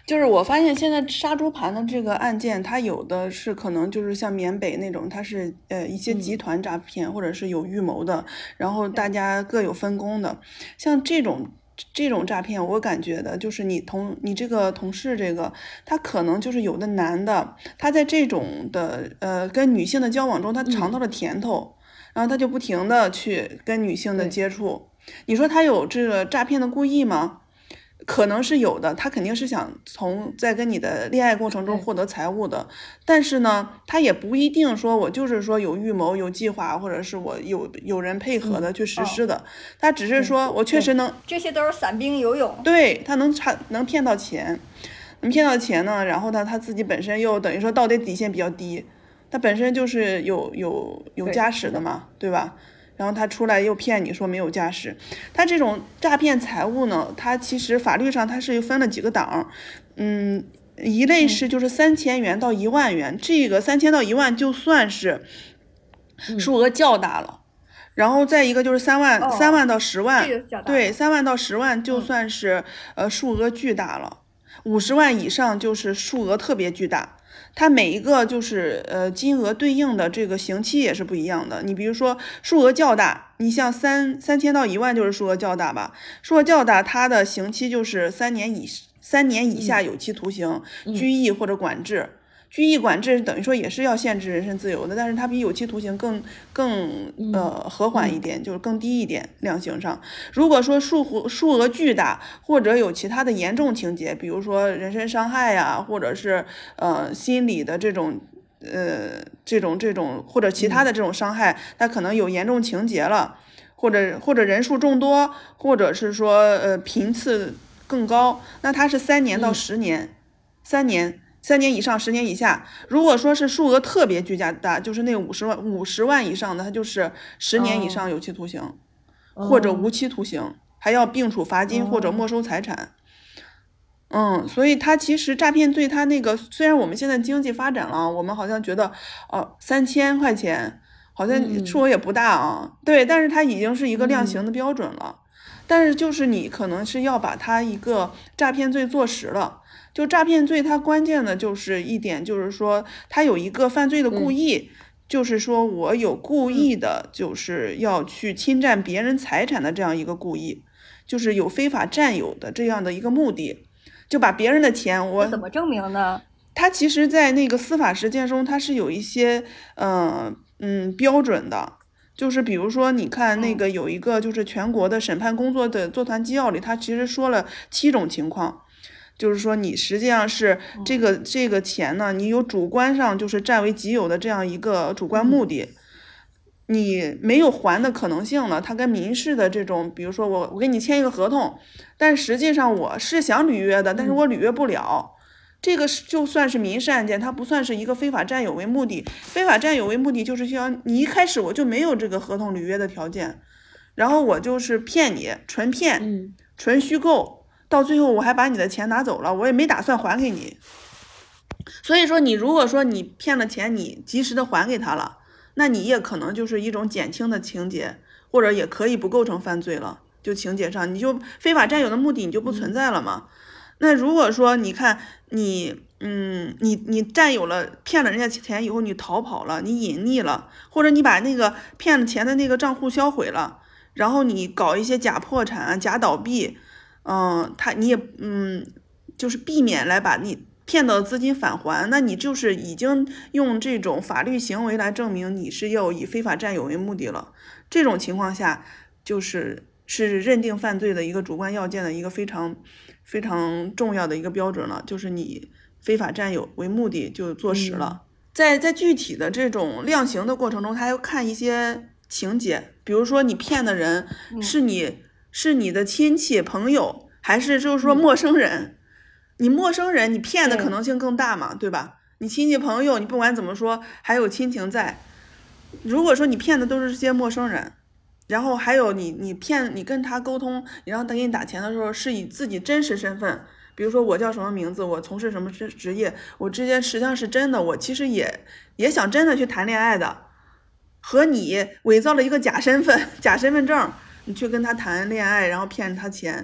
Speaker 2: 就是我发现现在杀猪盘的这个案件，它有的是可能就是像缅北那种，它是呃一些集团诈骗、嗯、或者是有预谋的，然后大家各有分工的。像这种这种诈骗，我感觉的就是你同你这个同事这个，他可能就是有的男的，他在这种的呃跟女性的交往中，他尝到了甜头，嗯、然后他就不停的去跟女性的接触。你说他有这个诈骗的故意吗？可能是有的，他肯定是想从在跟你的恋爱过程中获得财物的，但是呢，他也不一定说我就是说有预谋、有计划，或者是我有有人配合的去实施的，嗯哦、他只是说我确实能，
Speaker 1: 这些都是散兵游泳，
Speaker 2: 对，他能差能骗到钱，能骗到钱呢，然后呢，他自己本身又等于说道德底线比较低，他本身就是有有有家室的嘛， 对, 对吧？然后他出来又骗你说没有驾驶，他这种诈骗财物呢，他其实法律上他是分了几个档，嗯，一类是就是三千元到一万元，嗯、这个三千到一万就算是数额较大了，嗯、然后再一个就是三万、哦、三万到十万，
Speaker 1: 这个、
Speaker 2: 对，三万到十万就算是、嗯、呃数额巨大了，五十万以上就是数额特别巨大。它每一个就是呃金额对应的这个刑期也是不一样的。你比如说数额较大，你像三三千到一万就是数额较大吧，数额较大，它的刑期就是三年以三年以下有期徒刑、嗯、拘役或者管制。嗯拘役管制等于说也是要限制人身自由的，但是它比有期徒刑更更呃和缓一点，就是更低一点量刑上。如果说数数额巨大，或者有其他的严重情节，比如说人身伤害呀，或者是呃心理的这种呃这种这种或者其他的这种伤害，它可能有严重情节了，或者或者人数众多，或者是说呃频次更高，那它是三年到十年，嗯、三年。三年以上，十年以下。如果说是数额特别巨大，就是那五十万、五十万以上的，它就是十年以上有期徒刑，哦、或者无期徒刑，还要并处罚金或者没收财产。哦、嗯，所以它其实诈骗罪，它那个虽然我们现在经济发展了，我们好像觉得哦三千块钱好像数额也不大啊，嗯、对，但是它已经是一个量刑的标准了。嗯、但是就是你可能是要把它一个诈骗罪坐实了。就诈骗罪它关键的就是一点，就是说它有一个犯罪的故意，嗯、就是说我有故意的就是要去侵占别人财产的这样一个故意，就是有非法占有的这样的一个目的，就把别人的钱我
Speaker 1: 怎么证明呢？
Speaker 2: 它其实在那个司法实践中它是有一些呃嗯标准的，就是比如说你看那个有一个就是全国的审判工作的座谈纪要里，它其实说了七种情况。就是说你实际上是这个这个钱呢，你有主观上就是占为己有的这样一个主观目的，你没有还的可能性了。它跟民事的这种，比如说我我给你签一个合同，但实际上我是想履约的，但是我履约不了，这个就算是民事案件，它不算是一个非法占有为目的。非法占有为目的就是要你一开始我就没有这个合同履约的条件，然后我就是骗你，纯骗，纯虚构。到最后我还把你的钱拿走了，我也没打算还给你。所以说你如果说你骗了钱，你及时的还给他了，那你也可能就是一种减轻的情节，或者也可以不构成犯罪了，就情节上你就非法占有的目的你就不存在了嘛。嗯、那如果说你看你嗯你你占有了骗了人家钱以后你逃跑了，你隐匿了，或者你把那个骗了钱的那个账户销毁了，然后你搞一些假破产假倒闭，嗯，他你也嗯，就是避免来把你骗到的资金返还，那你就是已经用这种法律行为来证明你是要以非法占有为目的了。这种情况下，就是是认定犯罪的一个主观要件的一个非常非常重要的一个标准了，就是你非法占有为目的就坐实了。嗯、在在具体的这种量刑的过程中，他要看一些情节，比如说你骗的人是你。嗯是你的亲戚朋友，还是就是说陌生人？嗯、你陌生人你骗的可能性更大嘛， 对, 对吧？你亲戚朋友你不管怎么说还有亲情在。如果说你骗的都是这些陌生人，然后还有你你骗你跟他沟通，你让他给你打钱的时候是以自己真实身份，比如说我叫什么名字，我从事什么职业，我之间实际上是真的，我其实也也想真的去谈恋爱的，和你伪造了一个假身份假身份证，你去跟他谈恋爱，然后骗他钱，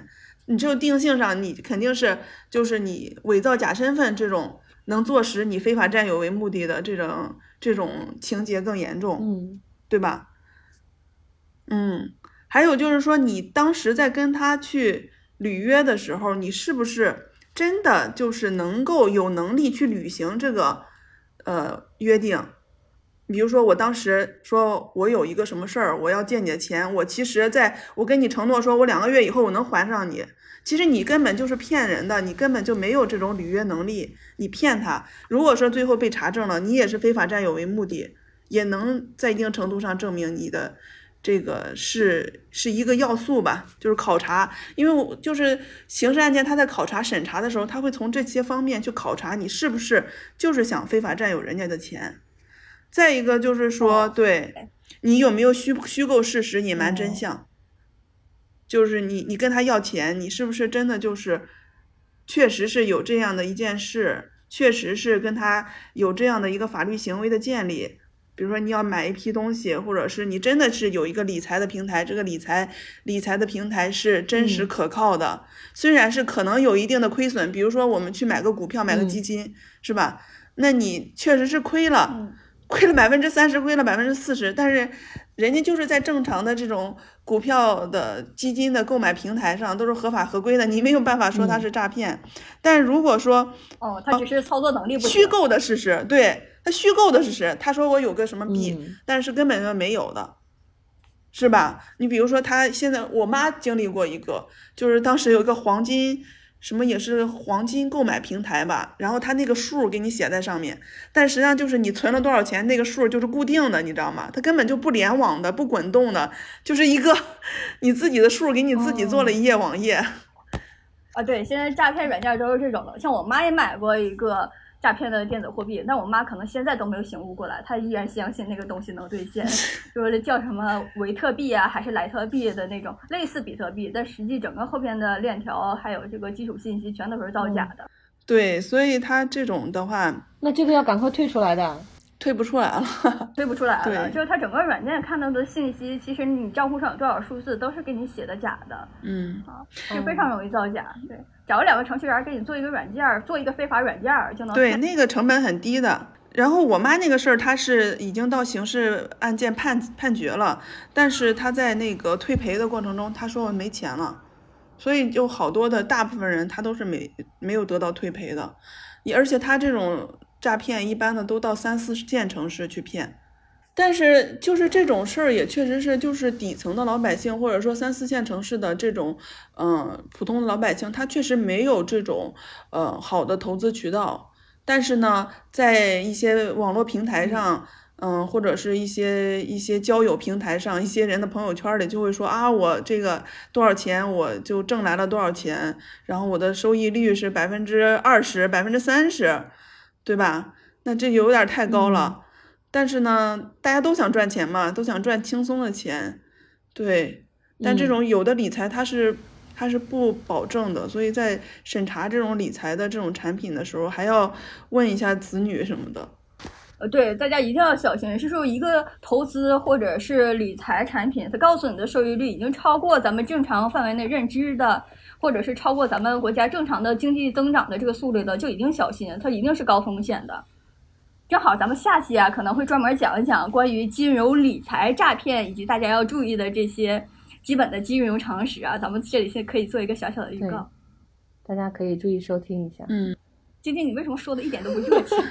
Speaker 2: 你只有定性上，你肯定是就是你伪造假身份这种能坐实你非法占有为目的的这种这种情节更严重，
Speaker 4: 嗯，
Speaker 2: 对吧？嗯，还有就是说，你当时在跟他去履约的时候，你是不是真的就是能够有能力去履行这个呃约定？比如说我当时说我有一个什么事儿，我要借你的钱，我其实在我跟你承诺说我两个月以后我能还上你，其实你根本就是骗人的，你根本就没有这种履约能力，你骗他。如果说最后被查证了，你也是非法占有为目的，也能在一定程度上证明你的这个是是一个要素吧，就是考察。因为我就是刑事案件他在考察审查的时候，他会从这些方面去考察你是不是就是想非法占有人家的钱。再一个就是说，
Speaker 1: 哦
Speaker 2: 对你有没有虚虚构事实、隐瞒真相，就是你你跟他要钱，你是不是真的就是确实是有这样的一件事，确实是跟他有这样的一个法律行为的建立。比如说你要买一批东西，或者是你真的是有一个理财的平台，这个理财理财的平台是真实可靠的，嗯、虽然是可能有一定的亏损，比如说我们去买个股票、买个基金，嗯、是吧？那你确实是亏了。嗯亏了百分之三十，亏了百分之四十，但是人家就是在正常的这种股票的基金的购买平台上都是合法合规的，你没有办法说它是诈骗。嗯、但如果说
Speaker 1: 哦，他只是操作能力不行，
Speaker 2: 虚构的事实，对他虚构的事实，他说我有个什么币，嗯、但是根本就没有的，是吧？你比如说他现在，我妈经历过一个，就是当时有一个黄金。什么也是黄金购买平台吧，然后他那个数给你写在上面，但实际上就是你存了多少钱，那个数就是固定的，你知道吗？它根本就不联网的，不滚动的，就是一个你自己的数给你自己做了一页网页。
Speaker 1: 哦、啊，对，现在诈骗软件都是这种的，像我妈也买过一个诈骗的电子货币，但我妈可能现在都没有醒悟过来，她依然相信那个东西能兑现，就是叫什么维特币啊，还是莱特币的那种类似比特币，但实际整个后边的链条还有这个基础信息全都是造假的。嗯、
Speaker 2: 对，所以他这种的话，
Speaker 4: 那这个要赶快退出来的。
Speaker 2: 退不出来了，
Speaker 1: 退不出来了。就是它整个软件看到的信息，其实你账户上有多少数字都是给你写的假的，
Speaker 2: 嗯，
Speaker 1: 啊，是非常容易造假。对，找两个程序员给你做一个软件，做一个非法软件就能。
Speaker 2: 对，那个成本很低的。然后我妈那个事儿，她是已经到刑事案件判判决了，但是她在那个退赔的过程中，她说我没钱了，所以就好多的大部分人他都是没没有得到退赔的，而且他这种。诈骗一般的都到三四线城市去骗，但是就是这种事儿也确实是就是底层的老百姓或者说三四线城市的这种嗯、呃、普通的老百姓，他确实没有这种呃好的投资渠道，但是呢在一些网络平台上嗯、呃、或者是一些一些交友平台上，一些人的朋友圈里就会说啊我这个多少钱我就挣来了多少钱，然后我的收益率是百分之二十百分之三十，对吧？那这有点太高了，嗯、但是呢，大家都想赚钱嘛，都想赚轻松的钱，对。但这种有的理财它是它是不保证的，所以在审查这种理财的这种产品的时候，还要问一下子女什么的。
Speaker 1: 呃，对，大家一定要小心，是说一个投资或者是理财产品，它告诉你的收益率已经超过咱们正常范围内认知的。或者是超过咱们国家正常的经济增长的这个速率的，就一定小心，它一定是高风险的。正好咱们下期啊可能会专门讲一讲关于金融理财诈骗以及大家要注意的这些基本的金融常识啊，咱们这里先可以做一个小小的预告，
Speaker 4: 大家可以注意收听一下。
Speaker 2: 嗯，
Speaker 1: 晶晶，你为什么说的一点都不热情？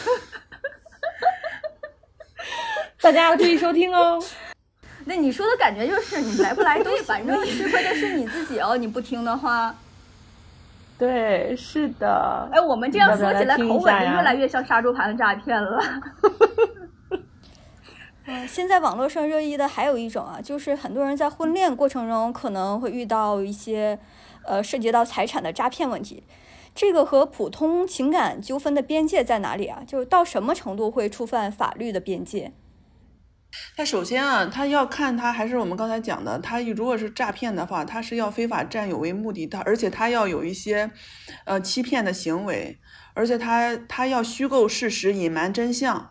Speaker 4: 大家要注意收听哦。
Speaker 1: 那你说的感觉就是你来不来都反正吃亏的是你自己哦，你不听的话。
Speaker 4: 对，是的。
Speaker 1: 哎，我们这样说起来口吻就越来越像杀猪盘诈骗了。
Speaker 5: 呃，现在网络上热议的还有一种啊，就是很多人在婚恋过程中可能会遇到一些呃涉及到财产的诈骗问题。这个和普通情感纠纷的边界在哪里啊？就是到什么程度会触犯法律的边界？
Speaker 2: 他首先啊，他要看他还是我们刚才讲的，他如果是诈骗的话，他是要非法占有为目的，他而且他要有一些呃欺骗的行为，而且他他要虚构事实，隐瞒真相，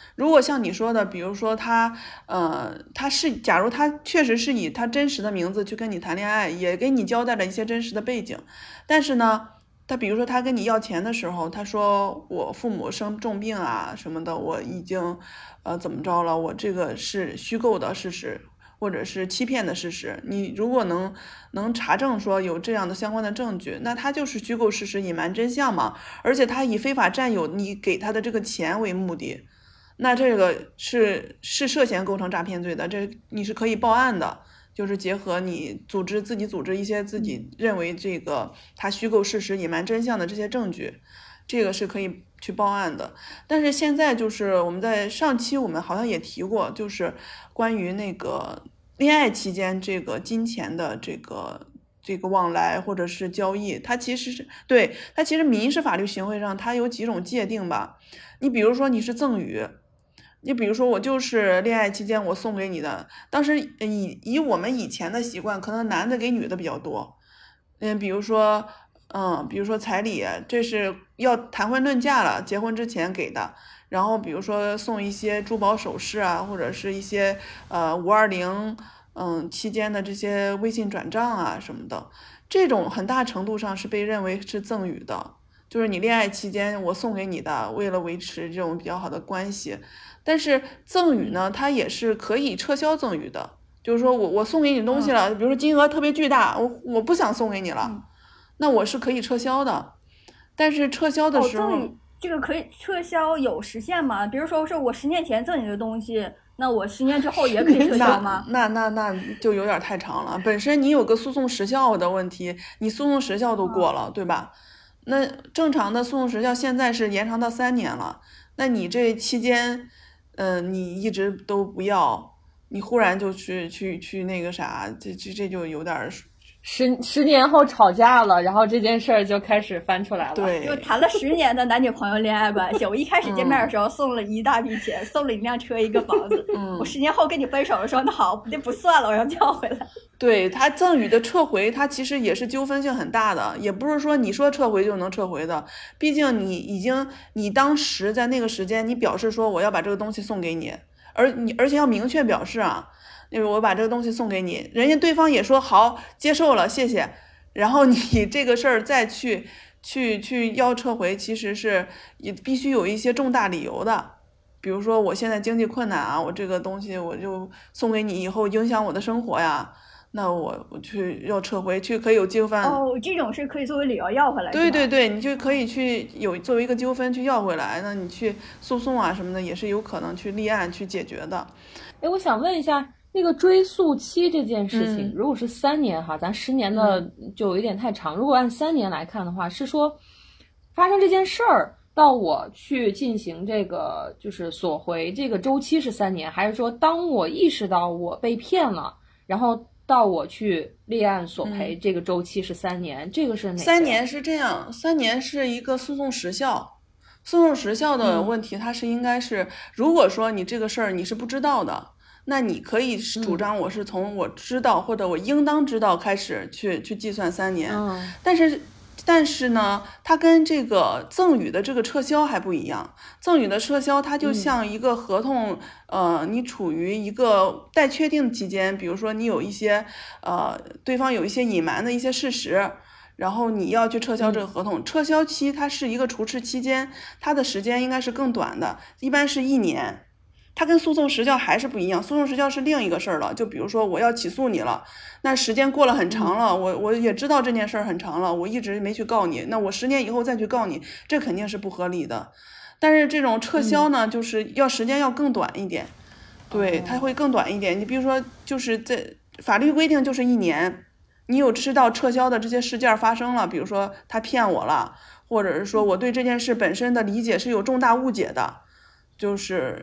Speaker 2: 如果像你说的，比如说他，呃，他是，假如他确实是以他真实的名字去跟你谈恋爱，也给你交代了一些真实的背景，但是呢，他比如说他跟你要钱的时候，他说我父母生重病啊什么的，我已经，呃，怎么着了，我这个是虚构的事实，或者是欺骗的事实，你如果能能查证说有这样的相关的证据，那他就是虚构事实，隐瞒真相嘛，而且他以非法占有你给他的这个钱为目的。那这个是是涉嫌构成诈骗罪的，这你是可以报案的，就是结合你组织自己组织一些自己认为这个他虚构事实、隐瞒真相的这些证据，这个是可以去报案的。但是现在就是我们在上期我们好像也提过，就是关于那个恋爱期间这个金钱的这个这个往来或者是交易，它其实是对它其实民事法律行为上它有几种界定吧。你比如说你是赠与。你比如说我就是恋爱期间我送给你的，当时以以我们以前的习惯，可能男的给女的比较多，嗯，比如说嗯，比如说彩礼，这是要谈婚论嫁了，结婚之前给的，然后比如说送一些珠宝首饰啊，或者是一些呃五二零嗯期间的这些微信转账啊什么的，这种很大程度上是被认为是赠与的，就是你恋爱期间我送给你的，为了维持这种比较好的关系。但是赠与呢，它也是可以撤销赠与的，就是说我我送给你东西了，比如说金额特别巨大，我我不想送给你了，嗯、那我是可以撤销的。但是撤销的时候，
Speaker 1: 哦、这个可以撤销有时限吗？比如说是我十年前赠你的东西，那我十年之后也可以撤销吗？
Speaker 2: 那那那那就有点太长了。本身你有个诉讼时效的问题，你诉讼时效都过了，嗯、对吧？那正常的诉讼时效现在是延长到三年了，那你这期间。嗯、呃，你一直都不要，你忽然就去去去那个啥，这这这就有点
Speaker 4: 十十年后吵架了，然后这件事儿就开始翻出来了。
Speaker 2: 对，
Speaker 1: 就谈了十年的男女朋友恋爱关系，我一开始见面的时候送了一大笔钱，嗯、送了一辆车一个房子。嗯，我十年后跟你分手的时候，那好，那不算了，我要叫回来。
Speaker 2: 对，他赠与的撤回，它其实也是纠纷性很大的，也不是说你说撤回就能撤回的。毕竟你已经，你当时在那个时间，你表示说我要把这个东西送给你，而你而且要明确表示啊，因为我把这个东西送给你，人家对方也说好接受了，谢谢。然后你这个事儿再去去去要撤回，其实是也必须有一些重大理由的。比如说我现在经济困难啊，我这个东西我就送给你，以后影响我的生活呀。那我我去要撤回去，可以有纠纷
Speaker 1: 哦，这种是可以作为理由要回来。
Speaker 2: 对对对，你就可以去有作为一个纠纷去要回来，那你去诉讼啊什么的也是有可能去立案去解决的。
Speaker 4: 哎，我想问一下，那个追诉期这件事情，嗯、如果是三年哈，咱十年的就有点太长。嗯、如果按三年来看的话，是说发生这件事儿到我去进行这个就是索回这个周期是三年，还是说当我意识到我被骗了，然后到我去立案索赔，这个周期是三年，嗯、这个是哪个？
Speaker 2: 三年是这样，三年是一个诉讼时效，诉讼时效的问题，它是应该是，嗯、如果说你这个事儿你是不知道的，那你可以主张我是从我知道、嗯、或者我应当知道开始去去计算三年，嗯、但是。但是呢，它跟这个赠与的这个撤销还不一样。赠与的撤销，它就像一个合同，嗯、呃，你处于一个待确定期间，比如说你有一些，呃，对方有一些隐瞒的一些事实，然后你要去撤销这个合同。嗯、撤销期它是一个除斥期间，它的时间应该是更短的，一般是一年。它跟诉讼时效还是不一样，诉讼时效是另一个事儿了。就比如说我要起诉你了，那时间过了很长了，我我也知道这件事儿很长了，我一直没去告你，那我十年以后再去告你，这肯定是不合理的。但是这种撤销呢，嗯、就是要时间要更短一点，对，它会更短一点。你比如说，就是在法律规定就是一年，你有知道撤销的这些事件发生了，比如说他骗我了，或者是说我对这件事本身的理解是有重大误解的，就是。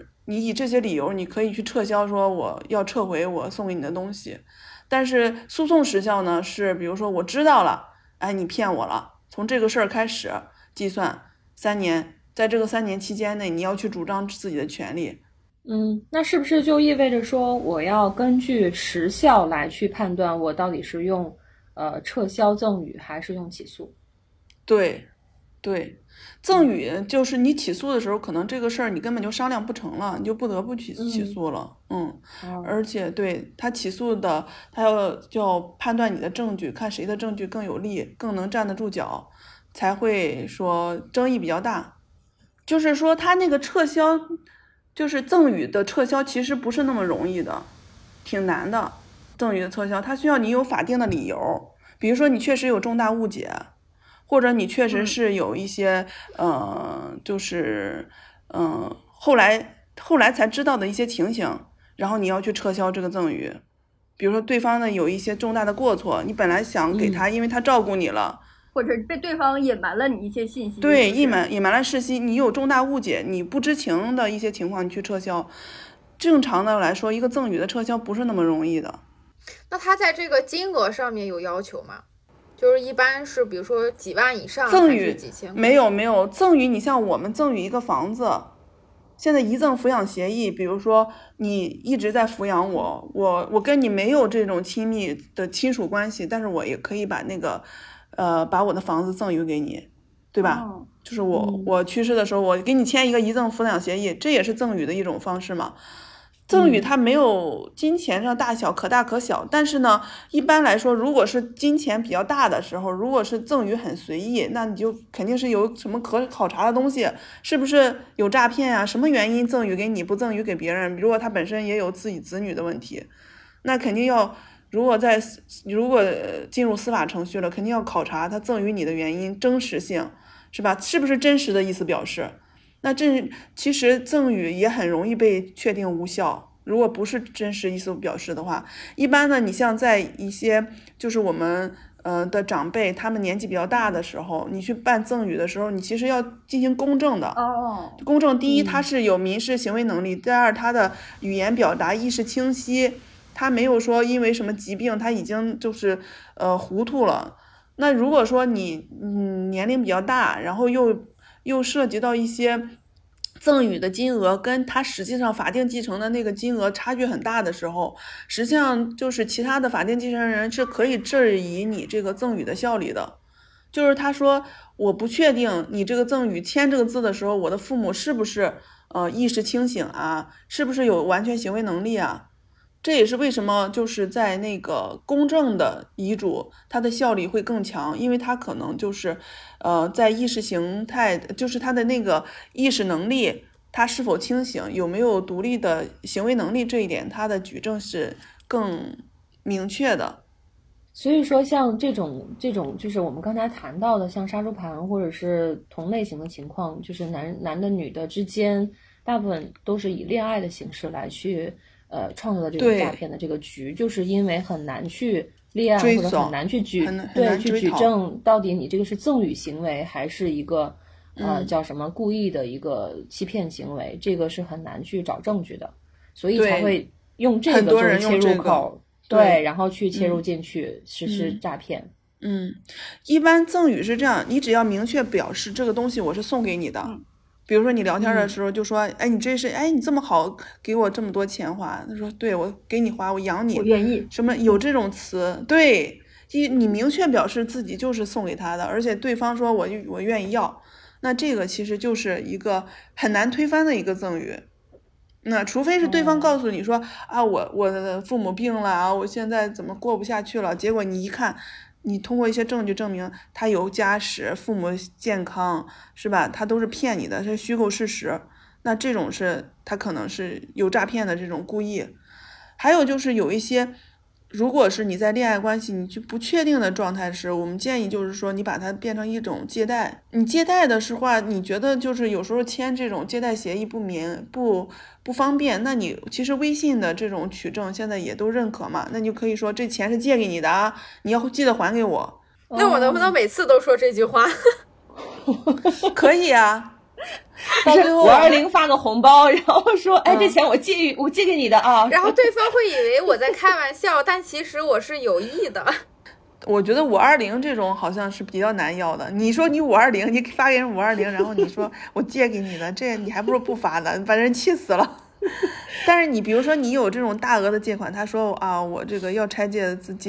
Speaker 2: 你以这些理由，你可以去撤销，说我要撤回我送给你的东西。但是诉讼时效呢，是比如说我知道了，哎，你骗我了，从这个事儿开始计算三年，在这个三年期间内，你要去主张自己的权利。
Speaker 4: 嗯，那是不是就意味着说，我要根据时效来去判断我到底是用呃撤销赠与还是用起诉？
Speaker 2: 对， 对，赠与就是你起诉的时候，可能这个事儿你根本就商量不成了，你就不得不起起诉了。嗯，嗯而且对他起诉的，他要就要判断你的证据，看谁的证据更有利，更能站得住脚，才会说争议比较大。就是说他那个撤销，就是赠与的撤销，其实不是那么容易的，挺难的。赠与的撤销，它需要你有法定的理由，比如说你确实有重大误解。或者你确实是有一些，嗯、呃，就是，嗯、呃，后来后来才知道的一些情形，然后你要去撤销这个赠与。比如说对方呢有一些重大的过错，你本来想给他，嗯、因为他照顾你了，
Speaker 1: 或者被对方隐瞒了你一些信息。
Speaker 2: 对，隐瞒隐瞒了信息，你有重大误解，你不知情的一些情况，你去撤销。正常的来说，一个赠与的撤销不是那么容易的。
Speaker 3: 那他在这个金额上面有要求吗？就是一般是比如说几万以上
Speaker 2: 赠与
Speaker 3: 几千
Speaker 2: 没有没有赠与，你像我们赠与一个房子，现在遗赠抚养协议，比如说你一直在抚养我，我我跟你没有这种亲密的亲属关系，但是我也可以把那个呃把我的房子赠与给你，对吧？哦、就是我、嗯、我去世的时候，我给你签一个遗赠抚养协议，这也是赠与的一种方式嘛。赠与它没有金钱上大小，可大可小，但是呢，一般来说，如果是金钱比较大的时候，如果是赠与很随意，那你就肯定是有什么可考察的东西，是不是有诈骗啊？什么原因赠与给你，不赠与给别人？如果他本身也有自己子女的问题，那肯定要，如果在如果进入司法程序了，肯定要考察他赠与你的原因真实性，是吧？是不是真实的意思表示？那这其实赠与也很容易被确定无效，如果不是真实意思表示的话，一般呢，你像在一些就是我们呃的长辈，他们年纪比较大的时候，你去办赠与的时候，你其实要进行公证的。
Speaker 1: 哦。
Speaker 2: 公证第一，他是有民事行为能力；第二，他的语言表达意识清晰，他没有说因为什么疾病他已经就是呃糊涂了。那如果说你嗯年龄比较大，然后又又涉及到一些赠与的金额跟他实际上法定继承的那个金额差距很大的时候，实际上就是其他的法定继承人是可以质疑你这个赠与的效力的。就是他说我不确定你这个赠与签这个字的时候，我的父母是不是呃意识清醒啊，是不是有完全行为能力啊。这也是为什么就是在那个公证的遗嘱它的效力会更强，因为它可能就是呃在意识形态，就是它的那个意识能力，它是否清醒，有没有独立的行为能力，这一点它的举证是更明确的。
Speaker 4: 所以说像这种这种就是我们刚才谈到的像杀猪盘或者是同类型的情况，就是男男的女的之间大部分都是以恋爱的形式来去呃，创造的这个诈骗的这个局，就是因为很难去立案或者很难去举对去举证到底你这个是赠与行为还是一个呃、嗯、叫什么故意的一个欺骗行为，这个是很难去找证据的，所以才会用这个作为切入口，对，对，然后去切入进去、嗯、实施诈骗。
Speaker 2: 嗯，一般赠与是这样，你只要明确表示这个东西我是送给你的。嗯，比如说你聊天的时候就说、嗯、哎你这是哎你这么好给我这么多钱花，他说对，我给你花，我养你，
Speaker 1: 我愿意，
Speaker 2: 什么有这种词，对，你明确表示自己就是送给他的，而且对方说我我愿意要，那这个其实就是一个很难推翻的一个赠与。那除非是对方告诉你说、嗯、啊我我的父母病了啊，我现在怎么过不下去了，结果你一看你通过一些证据证明他有家室，父母健康，是吧？他都是骗你的，是虚构事实。那这种是他可能是有诈骗的这种故意。还有就是有一些，如果是你在恋爱关系你去不确定的状态时，我们建议就是说你把它变成一种借贷。你借贷的时候你觉得就是有时候签这种借贷协议不明不不方便，那你其实微信的这种取证现在也都认可嘛，那你就可以说这钱是借给你的啊，你要记得还给我。
Speaker 3: 那我能不能每次都说这句话？
Speaker 2: 可以啊。
Speaker 4: 到最后五二零发个红包，然后说哎、嗯、这钱我借予我借给你的啊，
Speaker 3: 然后对方会以为我在开玩笑，但其实我是有意的。
Speaker 2: 我觉得五二零这种好像是比较难要的，你说你五二零你发给人五二零，然后你说我借给你的，这你还不如不发呢，把人气死了。但是你比如说你有这种大额的借款，他说啊我这个要拆借的资金，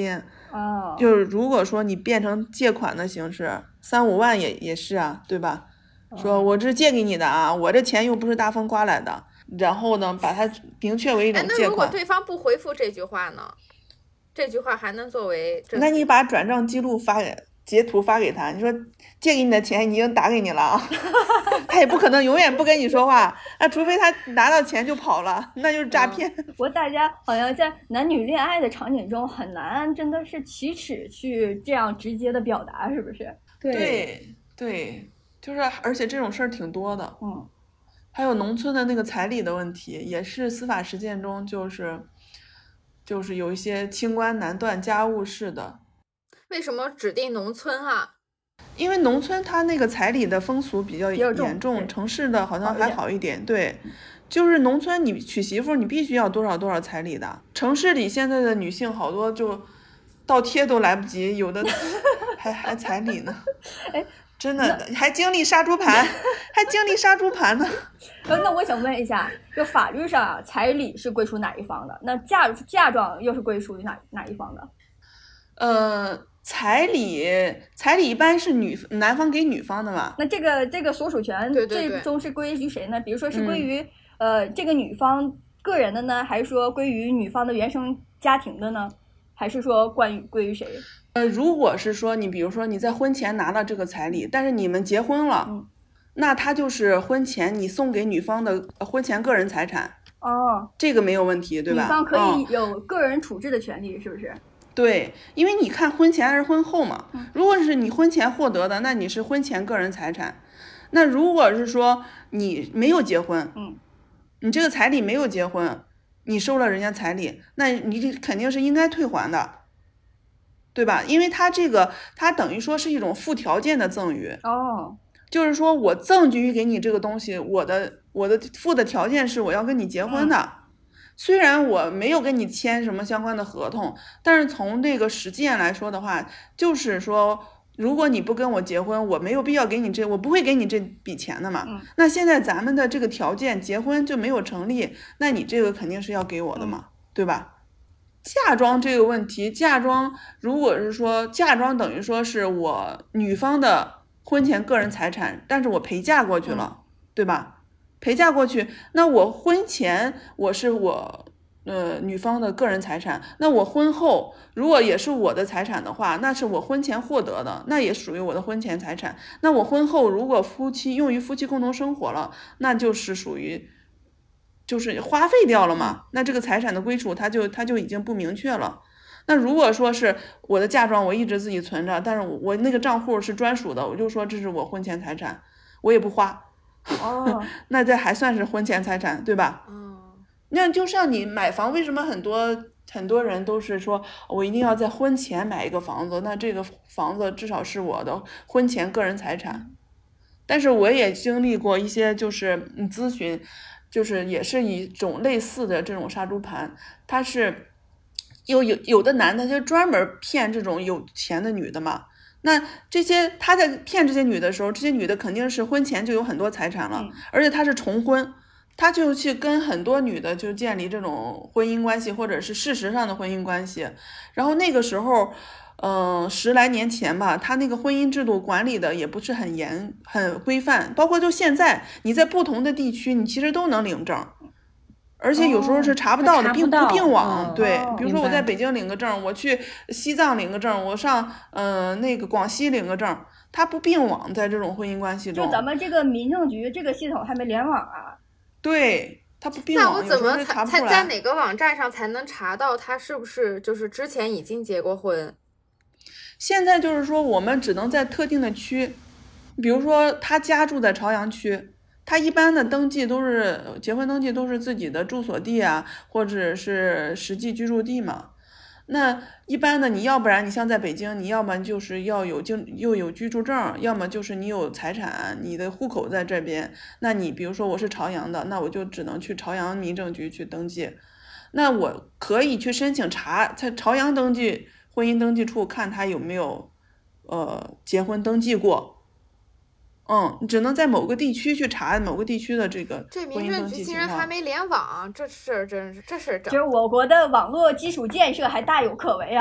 Speaker 1: 哦，
Speaker 2: 就是如果说你变成借款的形式，三五万也也是啊，对吧？说我这借给你的啊，我这钱又不是大风刮来的，然后呢，把它明确为一种借款。
Speaker 3: 那如果对方不回复这句话呢？这句话还能作为？
Speaker 2: 那你把转账记录发给截图发给他，你说借给你的钱已经打给你了啊，他也不可能永远不跟你说话，那除非他拿到钱就跑了，那就是诈骗。
Speaker 1: 不过大家好像在男女恋爱的场景中很难真的是启齿去这样直接的表达，是不是？
Speaker 2: 对对对。就是而且这种事儿挺多的，
Speaker 1: 嗯，
Speaker 2: 还有农村的那个彩礼的问题，也是司法实践中就是就是有一些清官难断家务事的。
Speaker 3: 为什么指定农村啊？
Speaker 2: 因为农村它那个彩礼的风俗比较严重，
Speaker 1: 重
Speaker 2: 城市的好像还好一点。对，就是农村你娶媳妇你必须要多少多少彩礼的，城市里现在的女性好多就倒贴都来不及，有的还还彩礼呢。
Speaker 1: 哎。
Speaker 2: 真的还经历杀猪盘，还经历杀猪盘呢。
Speaker 1: 呃，那我想问一下，就法律上彩礼是归属哪一方的？那嫁嫁妆又是归属于哪哪一方的？
Speaker 2: 呃，彩礼彩礼一般是女男方给女方的嘛。
Speaker 1: 那这个这个所属权最终是归于谁呢？比如说是归于、嗯、呃这个女方个人的呢，还是说归于女方的原生家庭的呢？还是说关于归于谁？
Speaker 2: 呃，如果是说你比如说你在婚前拿了这个彩礼，但是你们结婚了，
Speaker 1: 嗯，
Speaker 2: 那他就是婚前你送给女方的婚前个人财产。
Speaker 1: 哦，
Speaker 2: 这个没有问题，对吧？
Speaker 1: 女方可以有个人处置的权利，嗯、是不是？
Speaker 2: 对，因为你看婚前还是婚后嘛。如果是你婚前获得的，那你是婚前个人财产。那如果是说你没有结婚，
Speaker 1: 嗯，
Speaker 2: 你这个彩礼没有结婚，你收了人家彩礼，那你这肯定是应该退还的。对吧？因为他这个，他等于说是一种附条件的赠与。
Speaker 1: 哦，
Speaker 2: 就是说我赠予给你这个东西，我的我的附的条件是我要跟你结婚的。嗯、虽然我没有跟你签什么相关的合同，但是从这个实践来说的话，就是说，如果你不跟我结婚，我没有必要给你这，我不会给你这笔钱的嘛。
Speaker 1: 嗯、
Speaker 2: 那现在咱们的这个条件，结婚就没有成立，那你这个肯定是要给我的嘛，
Speaker 1: 嗯、
Speaker 2: 对吧？嫁妆这个问题，嫁妆如果是说嫁妆等于说是我女方的婚前个人财产，但是我陪嫁过去了，
Speaker 1: 嗯、
Speaker 2: 对吧？陪嫁过去，那我婚前我是我呃女方的个人财产，那我婚后如果也是我的财产的话，那是我婚前获得的，那也属于我的婚前财产。那我婚后如果夫妻用于夫妻共同生活了，那就是属于。就是花费掉了嘛，那这个财产的归属它就它就已经不明确了。那如果说是我的嫁妆我一直自己存着，但是我我那个账户是专属的，我就说这是我婚前财产，我也不花，
Speaker 1: 哦，
Speaker 2: 那这还算是婚前财产，对吧？
Speaker 3: 嗯，
Speaker 2: 那就像你买房，为什么很多很多人都是说我一定要在婚前买一个房子，那这个房子至少是我的婚前个人财产。但是我也经历过一些就是嗯咨询。就是也是一种类似的这种杀猪盘，他是有有有的男的就专门骗这种有钱的女的嘛。那这些他在骗这些女的时候，这些女的肯定是婚前就有很多财产了，
Speaker 1: 嗯、
Speaker 2: 而且他是重婚，他就去跟很多女的就建立这种婚姻关系，或者是事实上的婚姻关系。然后那个时候。嗯、呃，十来年前吧，他那个婚姻制度管理的也不是很严、很规范，包括就现在，你在不同的地区，你其实都能领证，而且有时候是查不到的，
Speaker 4: 哦、
Speaker 2: 并不并网。
Speaker 4: 嗯、
Speaker 2: 对、
Speaker 1: 哦，
Speaker 2: 比如说我在北京领个证，我去西藏领个证，我上呃那个广西领个证，它不并网，在这种婚姻关系中。
Speaker 1: 就咱们这个民政局这个系统还没联网啊。
Speaker 2: 对。它不并网，
Speaker 3: 那我怎么
Speaker 2: 才
Speaker 3: 才在哪个网站上才能查到他是不是就是之前已经结过婚？
Speaker 2: 现在就是说，我们只能在特定的区，比如说他家住在朝阳区，他一般的登记都是结婚登记都是自己的住所地啊，或者是实际居住地嘛。那一般的，你要不然你像在北京，你要么就是要有经又有居住证，要么就是你有财产，你的户口在这边。那你比如说我是朝阳的，那我就只能去朝阳民政局去登记。那我可以去申请查在朝阳登记。婚姻登记处看他有没有，呃，结婚登记过，嗯，你只能在某个地区去查某个地区的这个
Speaker 3: 这
Speaker 2: 婚姻登记情况。
Speaker 3: 民政局竟然还没联网，这事儿真是这事儿整。
Speaker 1: 就是我国的网络基础建设还大有可为啊！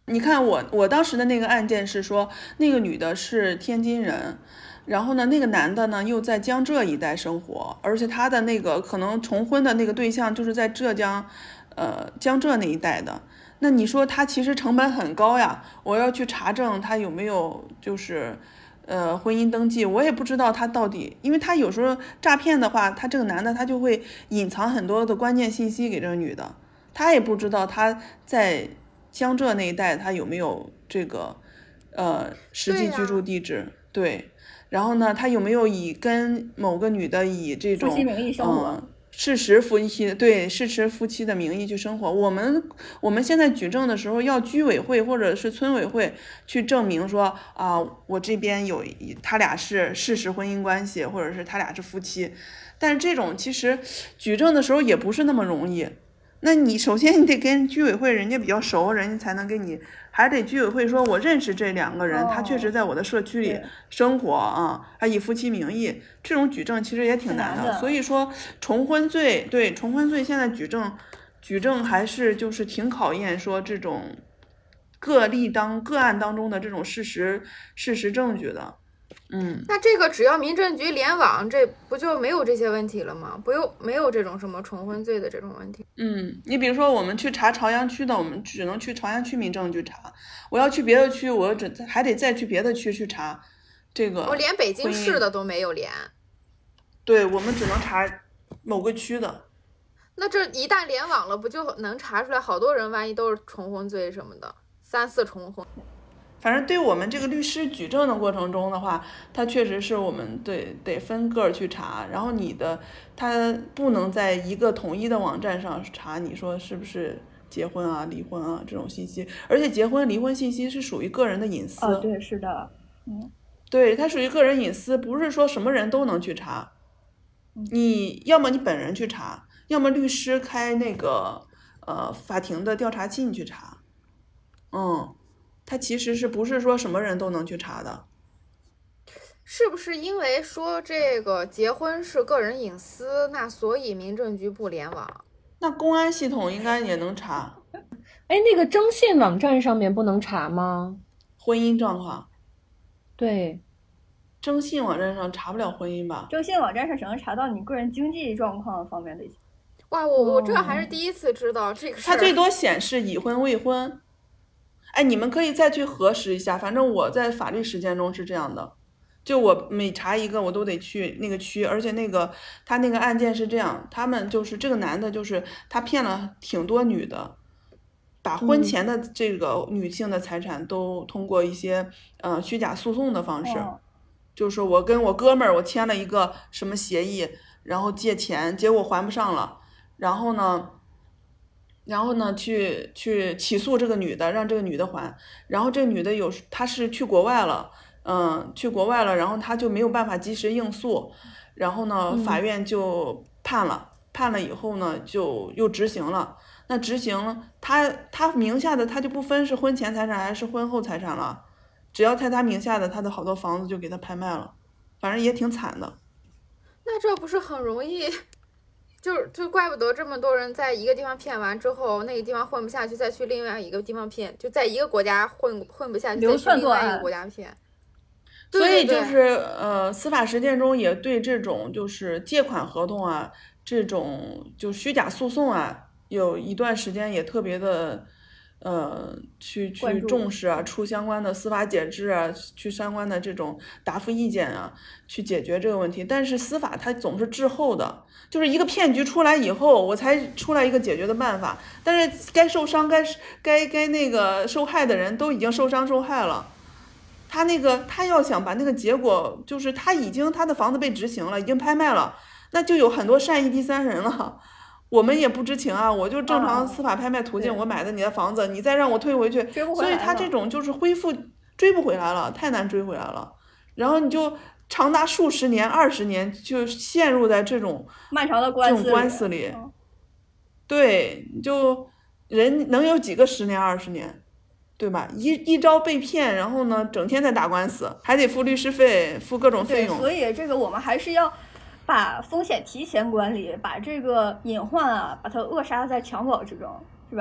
Speaker 2: 你看我我当时的那个案件是说，那个女的是天津人，然后呢，那个男的呢又在江浙一带生活，而且他的那个可能重婚的那个对象就是在浙江，呃江浙那一带的。那你说他其实成本很高呀，我要去查证他有没有就是呃婚姻登记，我也不知道他到底，因为他有时候诈骗的话，他这个男的他就会隐藏很多的关键信息给这个女的，他也不知道他在江浙那一带他有没有这个呃实际居住地址， 对,、啊、对，然后呢他有没有以跟某个女的以这种
Speaker 1: 夫妻名义生活、
Speaker 2: 嗯事实夫妻对事实夫妻的名义去生活。我们我们现在举证的时候要居委会或者是村委会去证明说啊、呃，我这边有他俩是事实婚姻关系，或者是他俩是夫妻，但是这种其实举证的时候也不是那么容易。那你首先你得跟居委会人家比较熟，人家才能给你，还得居委会说我认识这两个人、哦、他确实在我的社区里生活啊，还以夫妻名义，这种举证其实也挺难的。
Speaker 1: 难的
Speaker 2: 所以说重婚罪，对重婚罪现在举证举证还是就是挺考验说这种个例当个案当中的这种事实事实证据的。嗯，
Speaker 3: 那这个只要民政局联网，这不就没有这些问题了吗？不用没有这种什么重婚罪的这种问题。
Speaker 2: 嗯，你比如说我们去查朝阳区的，我们只能去朝阳区民政局查，我要去别的区，我只还得再去别的区去查这个。
Speaker 3: 我连北京市的都没有连。
Speaker 2: 对，我们只能查某个区的。
Speaker 3: 那这一旦联网了，不就能查出来好多人万一都是重婚罪什么的，三四重婚。
Speaker 2: 反正对我们这个律师举证的过程中的话，他确实是我们对得分个去查，然后你的他不能在一个统一的网站上查你说是不是结婚啊离婚啊这种信息，而且结婚离婚信息是属于个人的隐私。
Speaker 1: 哦，对，是的，嗯，
Speaker 2: 对，它属于个人隐私，不是说什么人都能去查，你要么你本人去查，要么律师开那个呃法庭的调查器你去查，嗯。它其实是不是说什么人都能去查的？
Speaker 3: 是不是因为说这个结婚是个人隐私，那所以民政局不联网？
Speaker 2: 那公安系统应该也能查。
Speaker 4: 哎，那个征信网站上面不能查吗？
Speaker 2: 婚姻状况？
Speaker 4: 对，
Speaker 2: 征信网站上查不了婚姻吧？
Speaker 1: 征信网站上只能查到你个人经济状况方面的一些。
Speaker 3: 哇，我我这还是第一次知道这个事。
Speaker 2: 它最多显示已婚未婚。哎，你们可以再去核实一下，反正我在法律实践中是这样的，就我每查一个我都得去那个区，而且那个他那个案件是这样，他们就是这个男的就是他骗了挺多女的，把婚前的这个女性的财产都通过一些呃虚假诉讼的方式，
Speaker 1: 哦、
Speaker 2: 就是我跟我哥们儿我签了一个什么协议，然后借钱，结果还不上了，然后呢然后呢，去去起诉这个女的，让这个女的还。然后这个女的有，她是去国外了，嗯，去国外了，然后她就没有办法及时应诉，然后呢，法院就判了，嗯、判了以后呢，就又执行了。那执行了，她她名下的她就不分是婚前财产还是婚后财产了，只要在她名下的，她的好多房子就给她拍卖了，反正也挺惨的。
Speaker 3: 那这不是很容易？就就怪不得这么多人在一个地方骗完之后，那个地方混不下去，再去另外一个地方骗，就在一个国家混混不下去，再去另外一个国家骗。
Speaker 2: 所以就是呃，司法实践中也对这种就是借款合同啊，这种就虚假诉讼啊，有一段时间也特别的呃去去重视啊，出相关的司法解释啊，去相关的这种答复意见啊，去解决这个问题。但是司法它总是滞后的。就是一个骗局出来以后，我才出来一个解决的办法。但是该受伤、该该该那个受害的人都已经受伤受害了。他那个他要想把那个结果，就是他已经他的房子被执行了，已经拍卖了，那就有很多善意第三人了。我们也不知情啊，我就正常司法拍卖途径，我买的你的房子，你再让我退回去，所以他这种就是恢复追不回来了，太难追回来了。然后你就。长达数十年、二十年，就陷入在这种
Speaker 1: 漫长的官司
Speaker 2: 这种官司里。嗯、对，就人能有几个十年、二十年，对吧？一一朝被骗，然后呢，整天在打官司，还得付律师费，付各种费用。
Speaker 1: 所以这个我们还是要把风险提前管理，把这个隐患啊，把它扼杀在襁褓之中，是吧？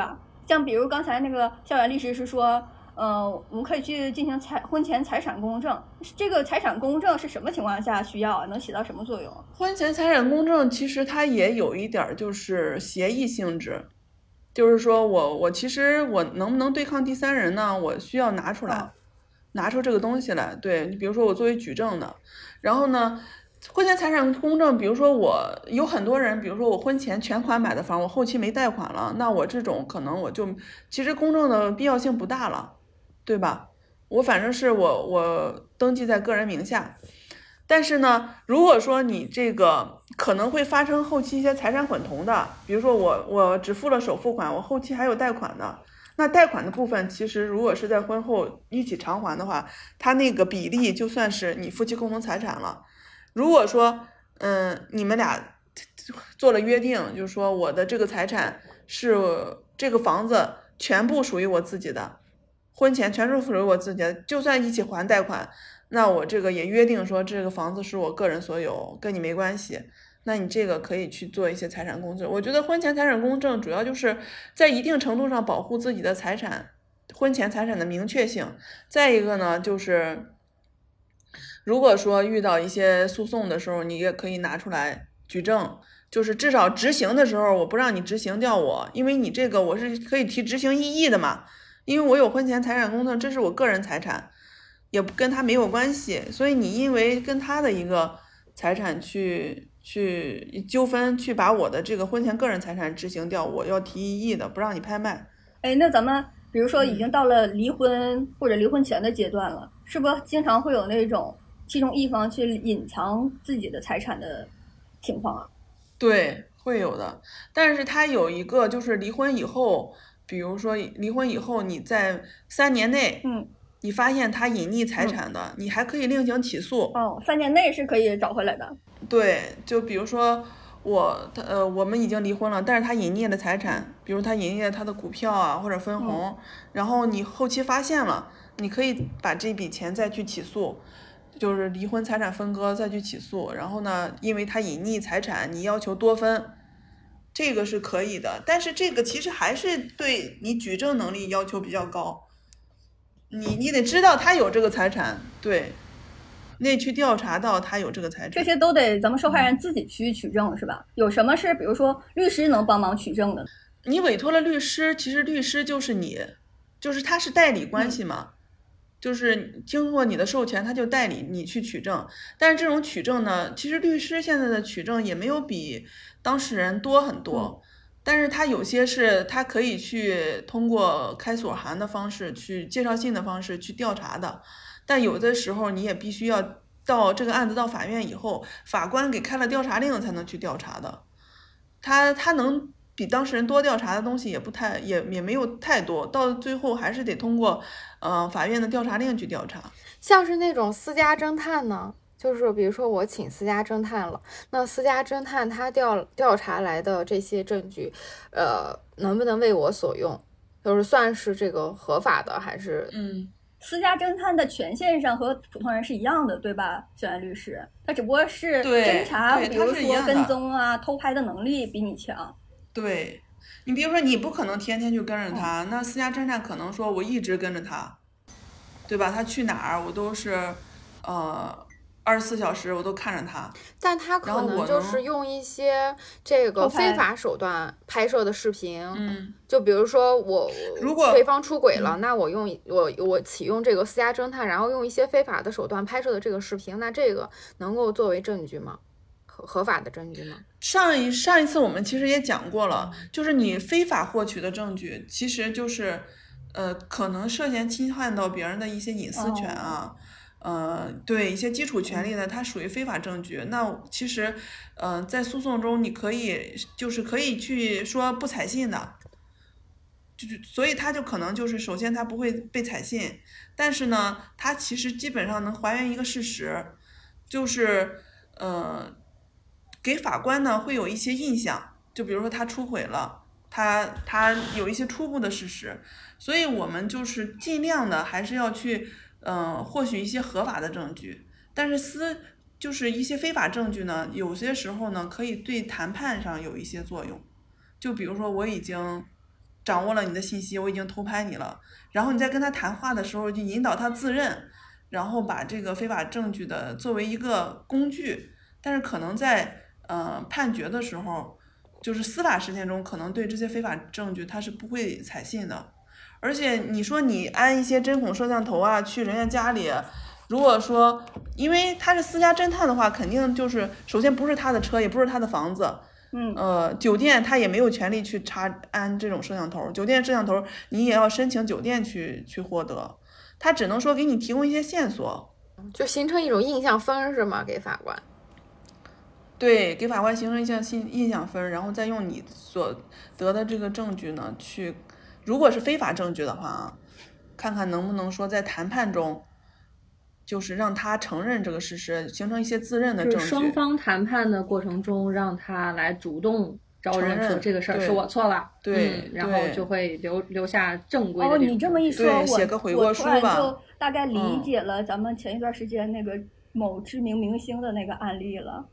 Speaker 1: 像比如刚才那个校园律师是说，呃，我们可以去进行财婚前财产公证，这个财产公证是什么情况下需要啊？能起到什么作用？
Speaker 2: 婚前财产公证其实它也有一点就是协议性质，就是说我我其实我能不能对抗第三人呢？我需要拿出来，
Speaker 1: 哦、
Speaker 2: 拿出这个东西来。对，你比如说我作为举证的，然后呢，婚前财产公证，比如说我有很多人，比如说我婚前全款买的房，我后期没贷款了，那我这种可能我就其实公证的必要性不大了，对吧？我反正是我我登记在个人名下。但是呢，如果说你这个可能会发生后期一些财产混同的，比如说我我只付了首付款，我后期还有贷款的，那贷款的部分其实如果是在婚后一起偿还的话，它那个比例就算是你夫妻共同财产了。如果说嗯你们俩做了约定，就是说我的这个财产是这个房子全部属于我自己的，婚前全数属于我自己的，就算一起还贷款，那我这个也约定说这个房子是我个人所有，跟你没关系，那你这个可以去做一些财产公证。我觉得婚前财产公证主要就是在一定程度上保护自己的财产，婚前财产的明确性。再一个呢，就是如果说遇到一些诉讼的时候，你也可以拿出来举证，就是至少执行的时候我不让你执行掉我，因为你这个我是可以提执行异议的嘛，因为我有婚前财产公证，这是我个人财产，也跟他没有关系，所以你因为跟他的一个财产去去纠纷，去把我的这个婚前个人财产执行掉，我要提异议的，不让你拍卖。
Speaker 1: 哎，那咱们比如说已经到了离婚或者离婚前的阶段了，是不是经常会有那种其中一方去隐藏自己的财产的情况啊？
Speaker 2: 对，会有的，但是他有一个就是离婚以后，比如说离婚以后你在三年内，
Speaker 1: 嗯。
Speaker 2: 你发现他隐匿财产的，嗯、你还可以另行起诉。
Speaker 1: 哦，三年内是可以找回来的。
Speaker 2: 对，就比如说我，呃，我们已经离婚了，但是他隐匿了财产，比如他隐匿了他的股票啊或者分红，嗯、然后你后期发现了，你可以把这笔钱再去起诉，就是离婚财产分割再去起诉。然后呢，因为他隐匿财产，你要求多分，这个是可以的，但是这个其实还是对你举证能力要求比较高。你你得知道他有这个财产，对，你得去调查到他有这个财产，
Speaker 1: 这些都得咱们受害人自己去取证，是吧？有什么是比如说律师能帮忙取证的？
Speaker 2: 你委托了律师，其实律师就是你，就是他是代理关系嘛，嗯、就是经过你的授权，他就代理你去取证。但是这种取证呢，其实律师现在的取证也没有比当事人多很多。嗯，但是他有些是他可以去通过开锁函的方式去介绍信的方式去调查的，但有的时候你也必须要到这个案子到法院以后，法官给开了调查令才能去调查的，他他能比当事人多调查的东西也不太也也没有太多，到最后还是得通过呃法院的调查令去调查。
Speaker 3: 像是那种私家侦探呢，就是比如说我请私家侦探了，那私家侦探他调调查来的这些证据，呃，能不能为我所用？就是算是这个合法的还是？
Speaker 2: 嗯，
Speaker 1: 私家侦探的权限上和普通人是一样的，对吧？小袁律师，他只不过是侦查，比如说跟踪啊、偷拍的能力比你强。
Speaker 2: 对，你比如说你不可能天天就跟着他，嗯、那私家侦探可能说我一直跟着他，对吧？他去哪儿我都是，呃。二十四小时我都看着他，
Speaker 3: 但他可能就是用一些这个非法手段拍摄的视频，
Speaker 2: 嗯，
Speaker 3: 就比如说我
Speaker 2: 如果
Speaker 3: 对方出轨了，嗯、那我用我我启用这个私家侦探，然后用一些非法的手段拍摄的这个视频，那这个能够作为证据吗？合合法的证据吗？
Speaker 2: 上一上一次我们其实也讲过了，就是你非法获取的证据，其实就是呃可能涉嫌侵犯到别人的一些隐私权啊。哦呃，对一些基础权利呢，它属于非法证据。那其实，呃，在诉讼中你可以就是可以去说不采信的，就是所以它就可能就是首先它不会被采信，但是呢，它其实基本上能还原一个事实，就是呃，给法官呢会有一些印象，就比如说他出轨了，他他有一些初步的事实，所以我们就是尽量的还是要去。嗯、呃，获取一些合法的证据，但是私就是一些非法证据呢，有些时候呢可以对谈判上有一些作用。就比如说我已经掌握了你的信息，我已经偷拍你了，然后你在跟他谈话的时候就引导他自认，然后把这个非法证据的作为一个工具，但是可能在呃判决的时候，就是司法实践中可能对这些非法证据他是不会采信的。而且你说你安一些针孔摄像头啊，去人家家里，如果说因为他是私家侦探的话，肯定就是首先不是他的车，也不是他的房子，
Speaker 1: 嗯，
Speaker 2: 呃，酒店他也没有权利去插安这种摄像头，酒店摄像头你也要申请酒店去去获得，他只能说给你提供一些线索，
Speaker 3: 就形成一种印象分是吗？给法官。
Speaker 2: 对，给法官形成一项印印象分，然后再用你所得的这个证据呢，去，如果是非法证据的话啊，看看能不能说在谈判中，就是让他承认这个事实，形成一些自认的证据。
Speaker 4: 就是双方谈判的过程中，让他来主动招认说这个事儿是我错了，
Speaker 2: 对，
Speaker 4: 嗯，然后就会留留下正规的。
Speaker 1: 哦，你这么一说，我
Speaker 2: 写个悔过书吧，
Speaker 1: 我突然就大概理解了咱们前一段时间那个某知名明星的那个案例了。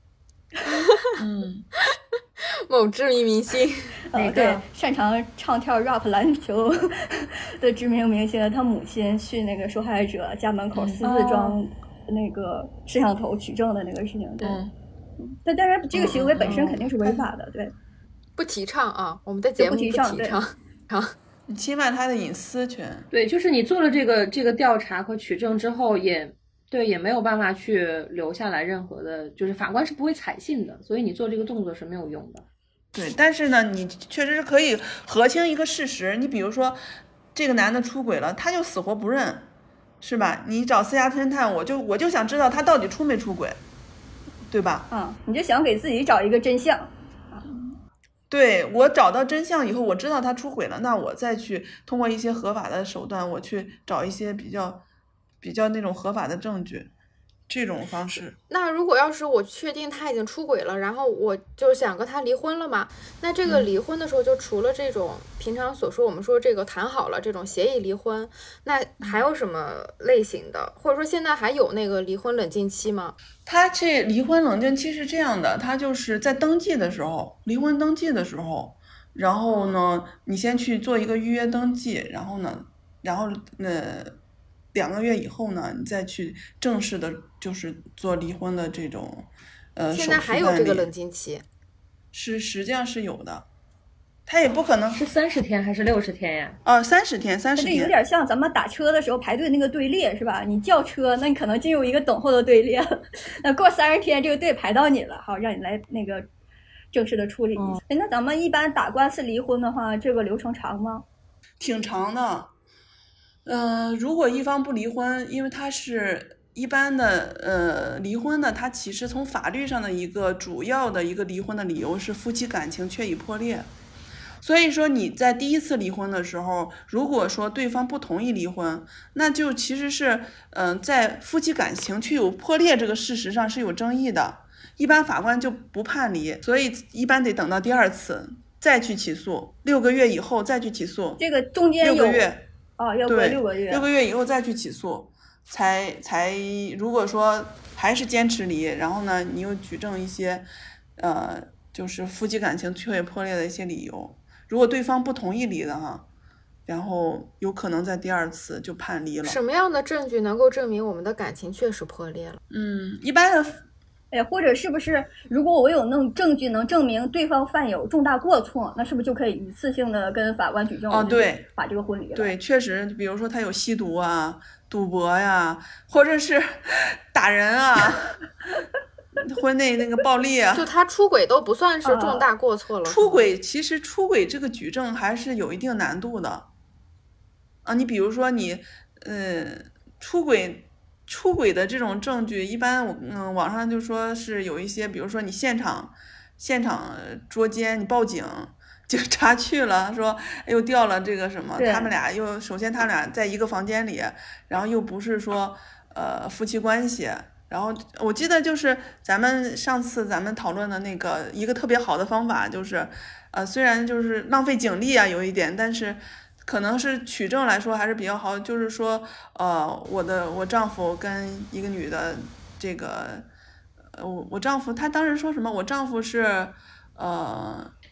Speaker 2: 嗯，
Speaker 3: 某知名明星，
Speaker 1: 呃，对，擅长唱跳 rap 篮球的知名明星，他母亲去那个受害者家门口私自装那个摄像头取证的那个事情，对。
Speaker 2: 嗯，
Speaker 1: 但当然，这个行为本身肯定是违法的，对。
Speaker 3: 不提倡啊，我们的节目不提倡。
Speaker 2: 啊，你侵犯他的隐私权。
Speaker 4: 对，就是你做了这个这个调查和取证之后，也对，也没有办法去留下来任何的，就是法官是不会采信的，所以你做这个动作是没有用的。
Speaker 2: 对，但是呢，你确实是可以核清一个事实。你比如说，这个男的出轨了，他就死活不认，是吧？你找私家侦探，我就我就想知道他到底出没出轨，对吧？
Speaker 1: 嗯，你就想给自己找一个真相。
Speaker 2: 对，我找到真相以后，我知道他出轨了，那我再去通过一些合法的手段，我去找一些比较比较那种合法的证据，这种方式。
Speaker 3: 那如果要是我确定他已经出轨了，然后我就想跟他离婚了嘛，那这个离婚的时候，就除了这种平常所说我们说这个谈好了这种协议离婚，那还有什么类型的？或者说现在还有那个离婚冷静期吗？
Speaker 2: 他这离婚冷静期是这样的，他就是在登记的时候，离婚登记的时候，然后呢，你先去做一个预约登记，然后呢，然后呃两个月以后呢，你再去正式的，就是做离婚的这种呃手续办理。
Speaker 3: 现在还有这个冷静期？
Speaker 2: 是，实际上是有的。他也不可能
Speaker 4: 是三十天还是六十天呀？
Speaker 2: 哦，三十天，三十天。
Speaker 1: 这有点像咱们打车的时候排队那个队列是吧？你叫车，那你可能进入一个等候的队列，那过三十天这个队排到你了，好，让你来那个正式的处理一下。哦，那咱们一般打官司离婚的话，这个流程长吗？
Speaker 2: 挺长的。嗯、呃，如果一方不离婚，因为他是一般的呃离婚的，他其实从法律上的一个主要的一个离婚的理由是夫妻感情确已破裂。所以说你在第一次离婚的时候，如果说对方不同意离婚，那就其实是嗯、呃，在夫妻感情确有破裂这个事实上是有争议的，一般法官就不判离，所以一般得等到第二次再去起诉，六个月以后再去起诉。
Speaker 1: 这个中间有
Speaker 2: 六个月
Speaker 1: 哦，要过六个月，
Speaker 2: 六个月以后再去起诉，才才如果说还是坚持离，然后呢，你又举证一些呃，就是夫妻感情确已破裂的一些理由。如果对方不同意离的哈，然后有可能在第二次就判离了。
Speaker 3: 什么样的证据能够证明我们的感情确实破裂了？
Speaker 2: 嗯，一般的，
Speaker 1: 哎，或者是不是如果我有那种证据能证明对方犯有重大过错，那是不是就可以一次性的跟法官举证？
Speaker 2: 哦，对，
Speaker 1: 把这个婚离了。
Speaker 2: 对，确实，比如说他有吸毒啊、赌博呀，或者是打人啊。婚内那个暴力啊，
Speaker 3: 就他出轨都不算是重大过错了。
Speaker 2: 啊、出轨其实出轨这个举证还是有一定难度的啊。你比如说你，呃，出轨出轨的这种证据，一般我嗯网上就说是有一些，比如说你现场现场捉奸，你报警，警察去了，说又掉了这个什么，他们俩又首先他们俩在一个房间里，然后又不是说呃夫妻关系。然后我记得就是咱们上次咱们讨论的那个一个特别好的方法，就是呃虽然就是浪费警力啊有一点，但是可能是取证来说还是比较好。就是说呃我的我丈夫跟一个女的这个呃我我丈夫他当时说什么，我丈夫是呃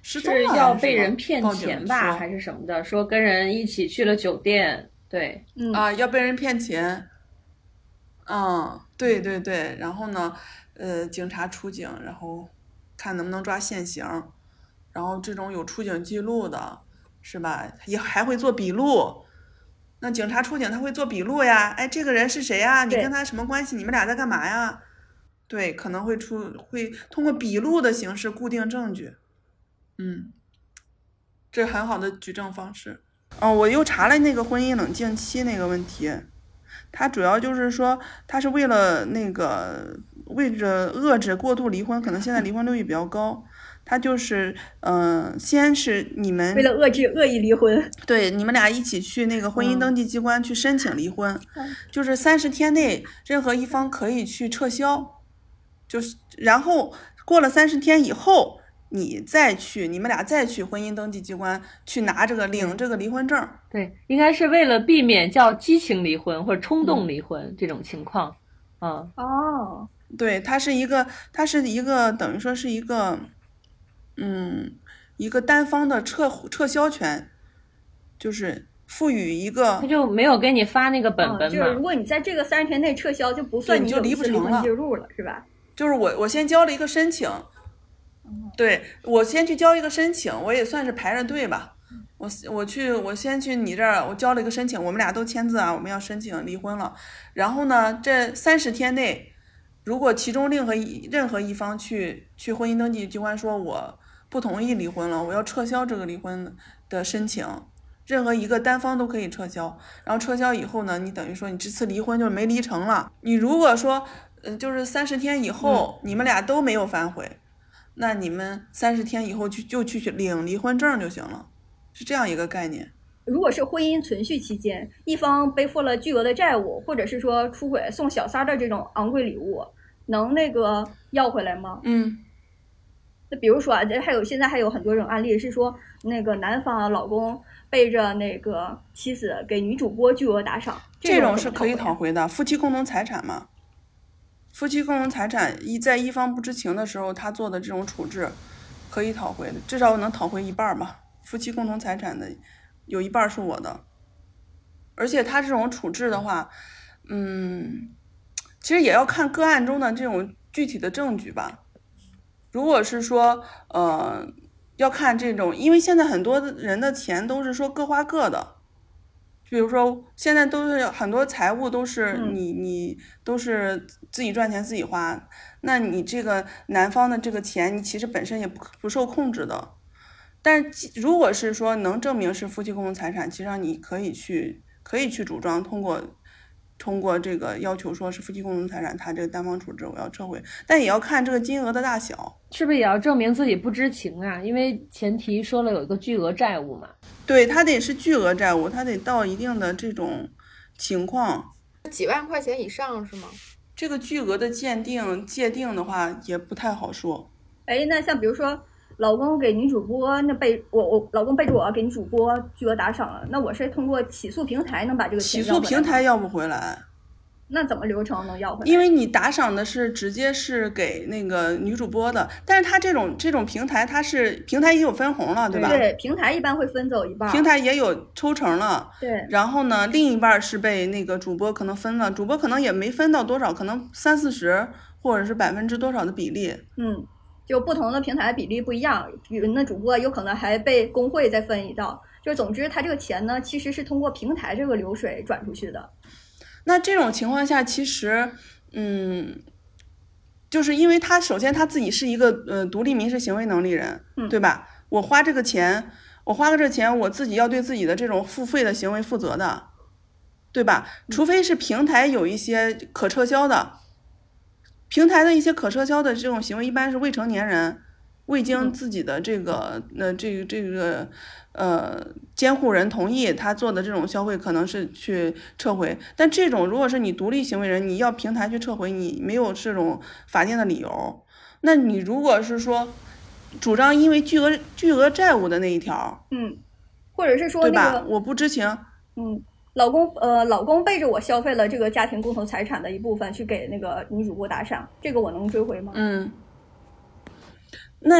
Speaker 2: 失踪了
Speaker 4: 是要被人骗钱吧，还是什么的？说跟人一起去了酒店，对，
Speaker 2: 嗯啊，要被人骗钱。嗯，对对对，然后呢，呃，警察出警，然后看能不能抓现行，然后这种有出警记录的，是吧？也还会做笔录。那警察出警他会做笔录呀，哎，这个人是谁呀？你跟他什么关系？你们俩在干嘛呀？对，可能会出会通过笔录的形式固定证据。嗯，这很好的举证方式。哦，我又查了那个婚姻冷静期那个问题，它主要就是说，它是为了那个为着遏制过度离婚，可能现在离婚率比较高。它就是嗯、呃，先是你们
Speaker 1: 为了遏制恶意离婚，
Speaker 2: 对，你们俩一起去那个婚姻登记机关去申请离婚，嗯、就是三十天内任何一方可以去撤销，就是然后过了三十天以后。你再去，你们俩再去婚姻登记机关去拿这个领这个离婚证。
Speaker 4: 对，应该是为了避免叫激情离婚或者冲动离婚、嗯、这种情况。嗯，
Speaker 1: 哦，
Speaker 2: 对，它是一个，它是一个等于说是一个，嗯，一个单方的撤撤销权，就是赋予一个，
Speaker 4: 他就没有给你发那个本本嘛、哦、
Speaker 1: 就是如果你在这个三十天内撤销，就不算你有离婚记录了，是吧？
Speaker 2: 就是我我先交了一个申请。对，我先去交一个申请，我也算是排着队吧。我我去，我先去你这儿，我交了一个申请，我们俩都签字啊，我们要申请离婚了。然后呢，这三十天内，如果其中任何一任何一方去去婚姻登记机关说我不同意离婚了，我要撤销这个离婚的申请，任何一个单方都可以撤销。然后撤销以后呢，你等于说你这次离婚就没离成了。你如果说，呃，就是三十天以后、嗯、你们俩都没有反悔。那你们三十天以后去就去领离婚证就行了，是这样一个概念。
Speaker 1: 如果是婚姻存续期间，一方背负了巨额的债务，或者是说出轨送小三的这种昂贵礼物，能那个要回来吗？
Speaker 2: 嗯，
Speaker 1: 那比如说啊，还有现在还有很多种案例是说，那个男方老公背着那个妻子给女主播巨额打赏，
Speaker 2: 这种是可以讨回的，夫妻共同财产嘛。夫妻共同财产一在一方不知情的时候，他做的这种处置可以讨回的，至少能讨回一半吧。夫妻共同财产的有一半是我的，而且他这种处置的话，嗯，其实也要看个案中的这种具体的证据吧。如果是说，呃，要看这种，因为现在很多人的钱都是说各花各的。比如说现在都是很多财务都是你、嗯、你都是自己赚钱自己花，那你这个男方的这个钱你其实本身也不不受控制的，但如果是说能证明是夫妻共同财产，其实上你可以去可以去主张通过通过这个要求说是夫妻共同财产，他这个单方处置我要撤回，但也要看这个金额的大小，
Speaker 4: 是不是也要证明自己不知情啊？因为前提说了有一个巨额债务嘛。
Speaker 2: 对，他得是巨额债务，他得到一定的这种情况，
Speaker 3: 几万块钱以上是吗？
Speaker 2: 这个巨额的鉴定界定的话也不太好说。
Speaker 1: 哎，那像比如说老公给女主播那背我我老公背着我给女主播巨额打赏了，那我是通过起诉平台能把这个钱
Speaker 2: 起诉平台要不回来。
Speaker 1: 那怎么流程能要回来？
Speaker 2: 因为你打赏的是直接是给那个女主播的，但是它这种这种平台，它是平台也有分红了，对吧？
Speaker 1: 对，平台一般会分走一半，
Speaker 2: 平台也有抽成了。
Speaker 1: 对，
Speaker 2: 然后呢，另一半是被那个主播可能分了，主播可能也没分到多少，可能三四十或者是百分之多少的比例。
Speaker 1: 嗯，就不同的平台比例不一样，比如那主播有可能还被工会再分一道。就总之，他这个钱呢，其实是通过平台这个流水转出去的。
Speaker 2: 那这种情况下，其实，嗯，就是因为他首先他自己是一个呃独立民事行为能力人，
Speaker 1: 嗯，
Speaker 2: 对吧？我花这个钱，我花了这钱，我自己要对自己的这种付费的行为负责的，对吧？除非是平台有一些可撤销的，平台的一些可撤销的这种行为，一般是未成年人未经自己的这个呃这个这个。呃，监护人同意他做的这种消费，可能是去撤回。但这种如果是你独立行为人，你要平台去撤回，你没有这种法定的理由。那你如果是说主张因为巨额巨额债务的那一条，
Speaker 1: 嗯，或者是说、那个、
Speaker 2: 对吧？我不知情，
Speaker 1: 嗯，老公呃，老公背着我消费了这个家庭共同财产的一部分，去给那个女主播打赏，这个我能追回吗？
Speaker 2: 嗯，那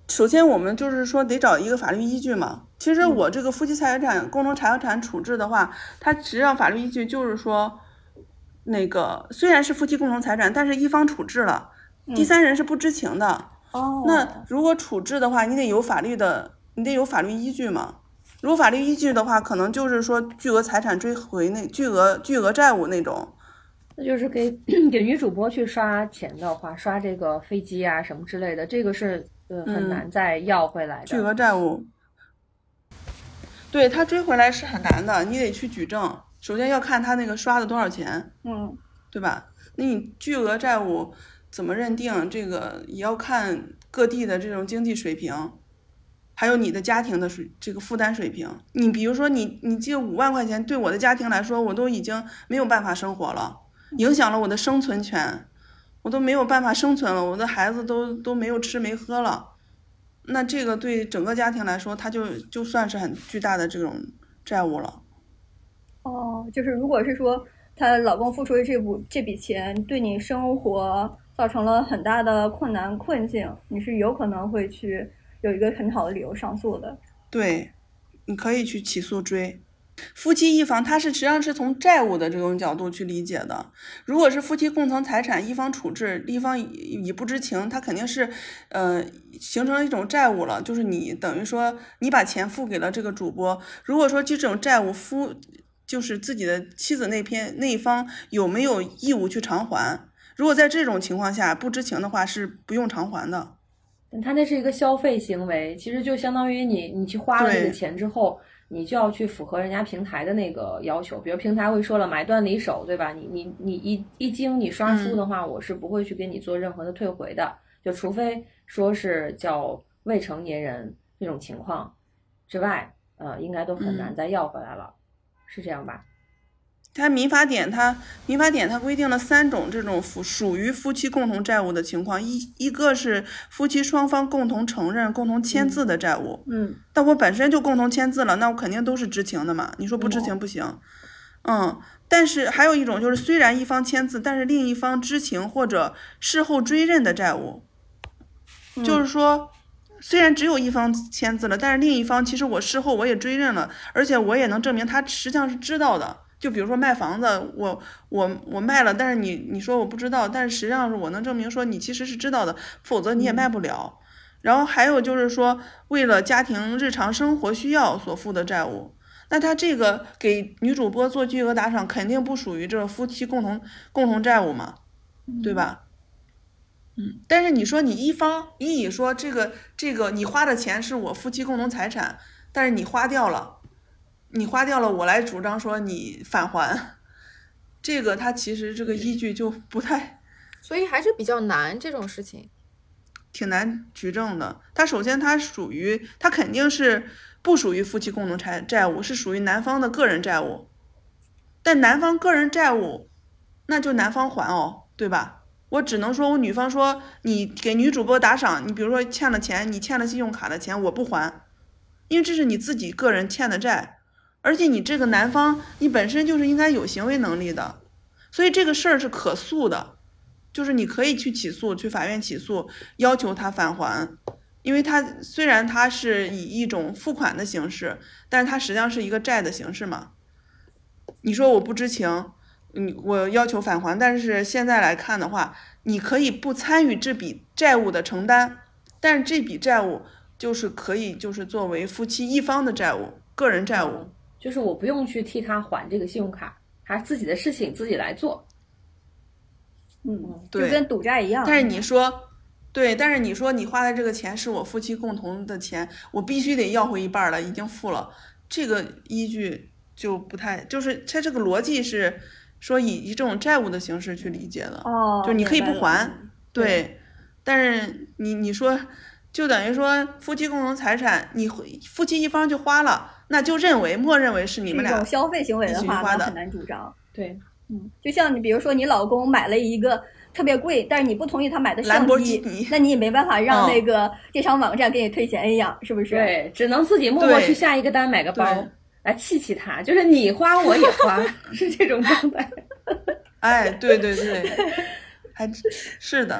Speaker 2: 首先我们就是说得找一个法律依据嘛。其实我这个夫妻财产共同财产处置的话，它实际上法律依据就是说，那个虽然是夫妻共同财产，但是一方处置了，第三人是不知情的。
Speaker 1: 哦，
Speaker 2: 那如果处置的话，你得有法律的，你得有法律依据嘛。如果法律依据的话，可能就是说巨额财产追回那巨额巨额债务那种。
Speaker 4: 那就是给给女主播去刷钱的话，刷这个飞机啊什么之类的，这个是呃很难再要回来的。
Speaker 2: 巨额债务，对他追回来是很难的，你得去举证。首先要看他那个刷的多少钱，
Speaker 1: 嗯，
Speaker 2: 对吧？那你巨额债务怎么认定？这个也要看各地的这种经济水平，还有你的家庭的水这个负担水平。你比如说你你这五万块钱对我的家庭来说，我都已经没有办法生活了，影响了我的生存权，我都没有办法生存了，我的孩子都都没有吃没喝了。那这个对整个家庭来说，它就就算是很巨大的这种债务了。
Speaker 1: 哦，就是如果是说她老公付出的这部这笔钱对你生活造成了很大的困难困境，你是有可能会去有一个很好的理由上诉的。
Speaker 2: 对，你可以去起诉追。夫妻一方，它是实际上是从债务的这种角度去理解的。如果是夫妻共同财产，一方处置，一方以不知情，它肯定是，呃，形成了一种债务了。就是你等于说你把钱付给了这个主播，如果说就这种债务夫就是自己的妻子那边那一方有没有义务去偿还？如果在这种情况下不知情的话，是不用偿还的。
Speaker 4: 他那是一个消费行为，其实就相当于你你去花了这个钱之后，你就要去符合人家平台的那个要求，比如平台会说了买断离手，对吧？你你你一一经你刷出的话，嗯、我是不会去给你做任何的退回的，就除非说是叫未成年人这种情况之外，呃，应该都很难再要回来了，嗯、是这样吧？
Speaker 2: 它民法典它民法典它规定了三种这种属于夫妻共同债务的情况，一一个是夫妻双方共同承认共同签字的债务，
Speaker 1: 嗯，
Speaker 2: 但我本身就共同签字了，那我肯定都是知情的嘛，你说不知情不行，嗯, 嗯，但是还有一种就是虽然一方签字，但是另一方知情或者事后追认的债务，
Speaker 1: 嗯、
Speaker 2: 就是说虽然只有一方签字了，但是另一方其实我事后我也追认了，而且我也能证明他实际上是知道的。就比如说卖房子，我我我卖了，但是你你说我不知道，但是实际上是我能证明说你其实是知道的，否则你也卖不了。嗯、然后还有就是说，为了家庭日常生活需要所负的债务，那他这个给女主播做巨额打赏，肯定不属于这夫妻共同共同债务嘛，对吧？嗯，但是你说你一方你以说这个这个你花的钱是我夫妻共同财产，但是你花掉了。你花掉了，我来主张说你返还，这个它其实这个依据就不太，
Speaker 3: 所以还是比较难，这种事情
Speaker 2: 挺难举证的。它首先它属于，它肯定是不属于夫妻共同债债务，是属于男方的个人债务。但男方个人债务，那就男方还哦，对吧？我只能说我女方说你给女主播打赏，你比如说欠了钱，你欠了信用卡的钱，我不还，因为这是你自己个人欠的债。而且你这个男方，你本身就是应该有行为能力的，所以这个事儿是可诉的，就是你可以去起诉，去法院起诉，要求他返还，因为他虽然他是以一种付款的形式，但是他实际上是一个债的形式嘛。你说我不知情，嗯，我要求返还，但是现在来看的话，你可以不参与这笔债务的承担，但是这笔债务就是可以就是作为夫妻一方的债务，个人债务。
Speaker 4: 就是我不用去替他还这个信用卡，他自己的事情自己来做。
Speaker 1: 嗯，
Speaker 2: 对，
Speaker 1: 就跟赌债一样。
Speaker 2: 但是你说，对，但是你说你花的这个钱是我夫妻共同的钱，我必须得要回一半了，已经付了，这个依据就不太，就是它这个逻辑是说以以这种债务的形式去理解的。
Speaker 1: 哦，
Speaker 2: 就你可以不还，对，对，但是你你说就等于说夫妻共同财产，你夫妻一方就花了。那就认为默认为是你们俩
Speaker 1: 这种消费行为的话，
Speaker 2: 那
Speaker 1: 很难主张。
Speaker 4: 对，
Speaker 1: 嗯，就像你比如说你老公买了一个特别贵，但是你不同意他买的相机，那你也没办法让那个电商网站给你退钱一样，是不是？
Speaker 4: 对，只能自己默默去下一个单买个包来气气他，就是你花我也花，是这种状态。
Speaker 2: 哎，对对对，还是的。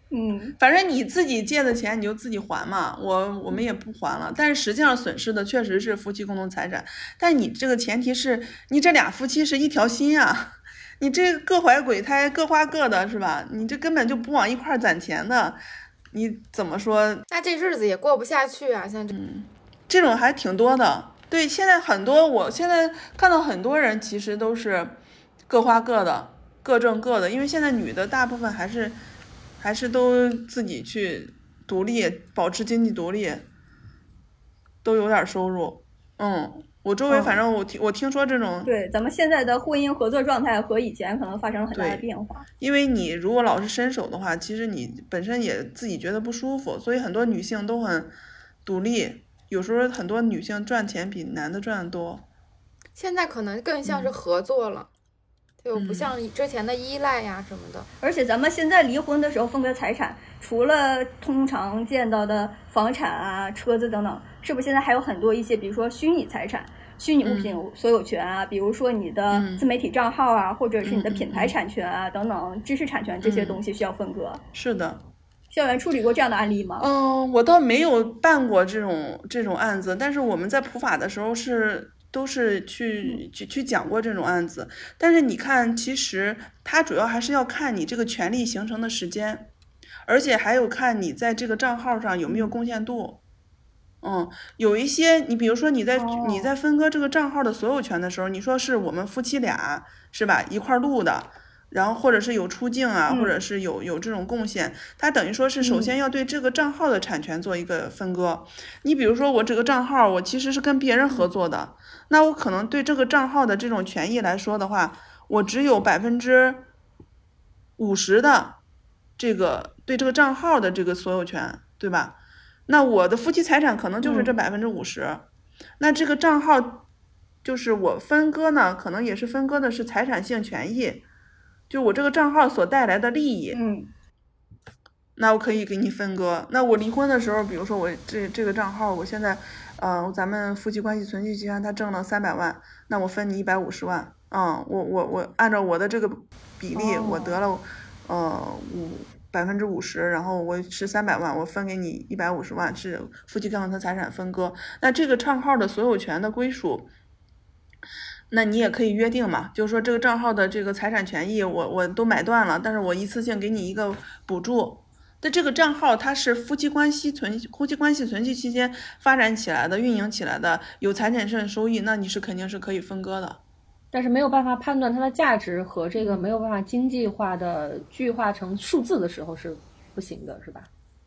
Speaker 1: 嗯，
Speaker 2: 反正你自己借的钱你就自己还嘛，我我们也不还了。但是实际上损失的确实是夫妻共同财产，但你这个前提是你这俩夫妻是一条心啊，你这各怀鬼胎各花各的是吧？你这根本就不往一块攒钱的，你怎么说？
Speaker 3: 那这日子也过不下去啊！像这、
Speaker 2: 嗯、这种还挺多的。对，现在很多，我现在看到很多人其实都是各花各的，各挣各的，因为现在女的大部分还是还是都自己去独立，保持经济独立，都有点收入。嗯，我周围反正我听、嗯、我听说这种，
Speaker 1: 对，咱们现在的婚姻合作状态和以前可能发生了很大的变化。
Speaker 2: 因为你如果老是伸手的话，其实你本身也自己觉得不舒服，所以很多女性都很独立。有时候很多女性赚钱比男的赚的多，
Speaker 3: 现在可能更像是合作了，就、
Speaker 2: 嗯、
Speaker 3: 不像之前的依赖呀什么的。
Speaker 1: 而且咱们现在离婚的时候分割财产，除了通常见到的房产啊、车子等等，是不是现在还有很多一些，比如说虚拟财产、虚拟物品所有权啊，嗯、比如说你的自媒体账号啊，嗯、或者是你的品牌产权啊、嗯、等等知识产权这些东西需要分割。
Speaker 2: 是的。
Speaker 1: 校园处理过这样的案例吗？
Speaker 2: 嗯，我倒没有办过这种这种案子，但是我们在普法的时候是都是去去去讲过这种案子。但是你看，其实它主要还是要看你这个权利形成的时间，而且还有看你在这个账号上有没有贡献度。嗯，有一些你比如说你在、哦、你在分割这个账号的所有权的时候，你说是我们夫妻俩是吧，一块录的。然后或者是有出境啊、嗯、或者是有有这种贡献，它等于说是首先要对这个账号的产权做一个分割。嗯、你比如说我这个账号我其实是跟别人合作的，那我可能对这个账号的这种权益来说的话，我只有百分之五十的这个对这个账号的这个所有权，对吧？那我的夫妻财产可能就是这百分之五十，那这个账号就是我分割呢，可能也是分割的是财产性权益。就我这个账号所带来的利益，
Speaker 1: 嗯，
Speaker 2: 那我可以给你分割。那我离婚的时候，比如说我这这个账号，我现在，呃，咱们夫妻关系存续期间他挣了三百万，那我分你一百五十万，嗯，我我我按照我的这个比例，哦、我得了，呃五百分之五十，然后我是三百万，我分给你一百五十万，是夫妻共同财产分割。那这个账号的所有权的归属。那你也可以约定嘛，就是说这个账号的这个财产权益我我都买断了，但是我一次性给你一个补助。那这个账号它是夫妻关系存夫妻关系存续期间发展起来的、运营起来的，有财产性收益，那你是肯定是可以分割的。
Speaker 4: 但是没有办法判断它的价值和这个没有办法经济化的具化成数字的时候是不行的，是吧？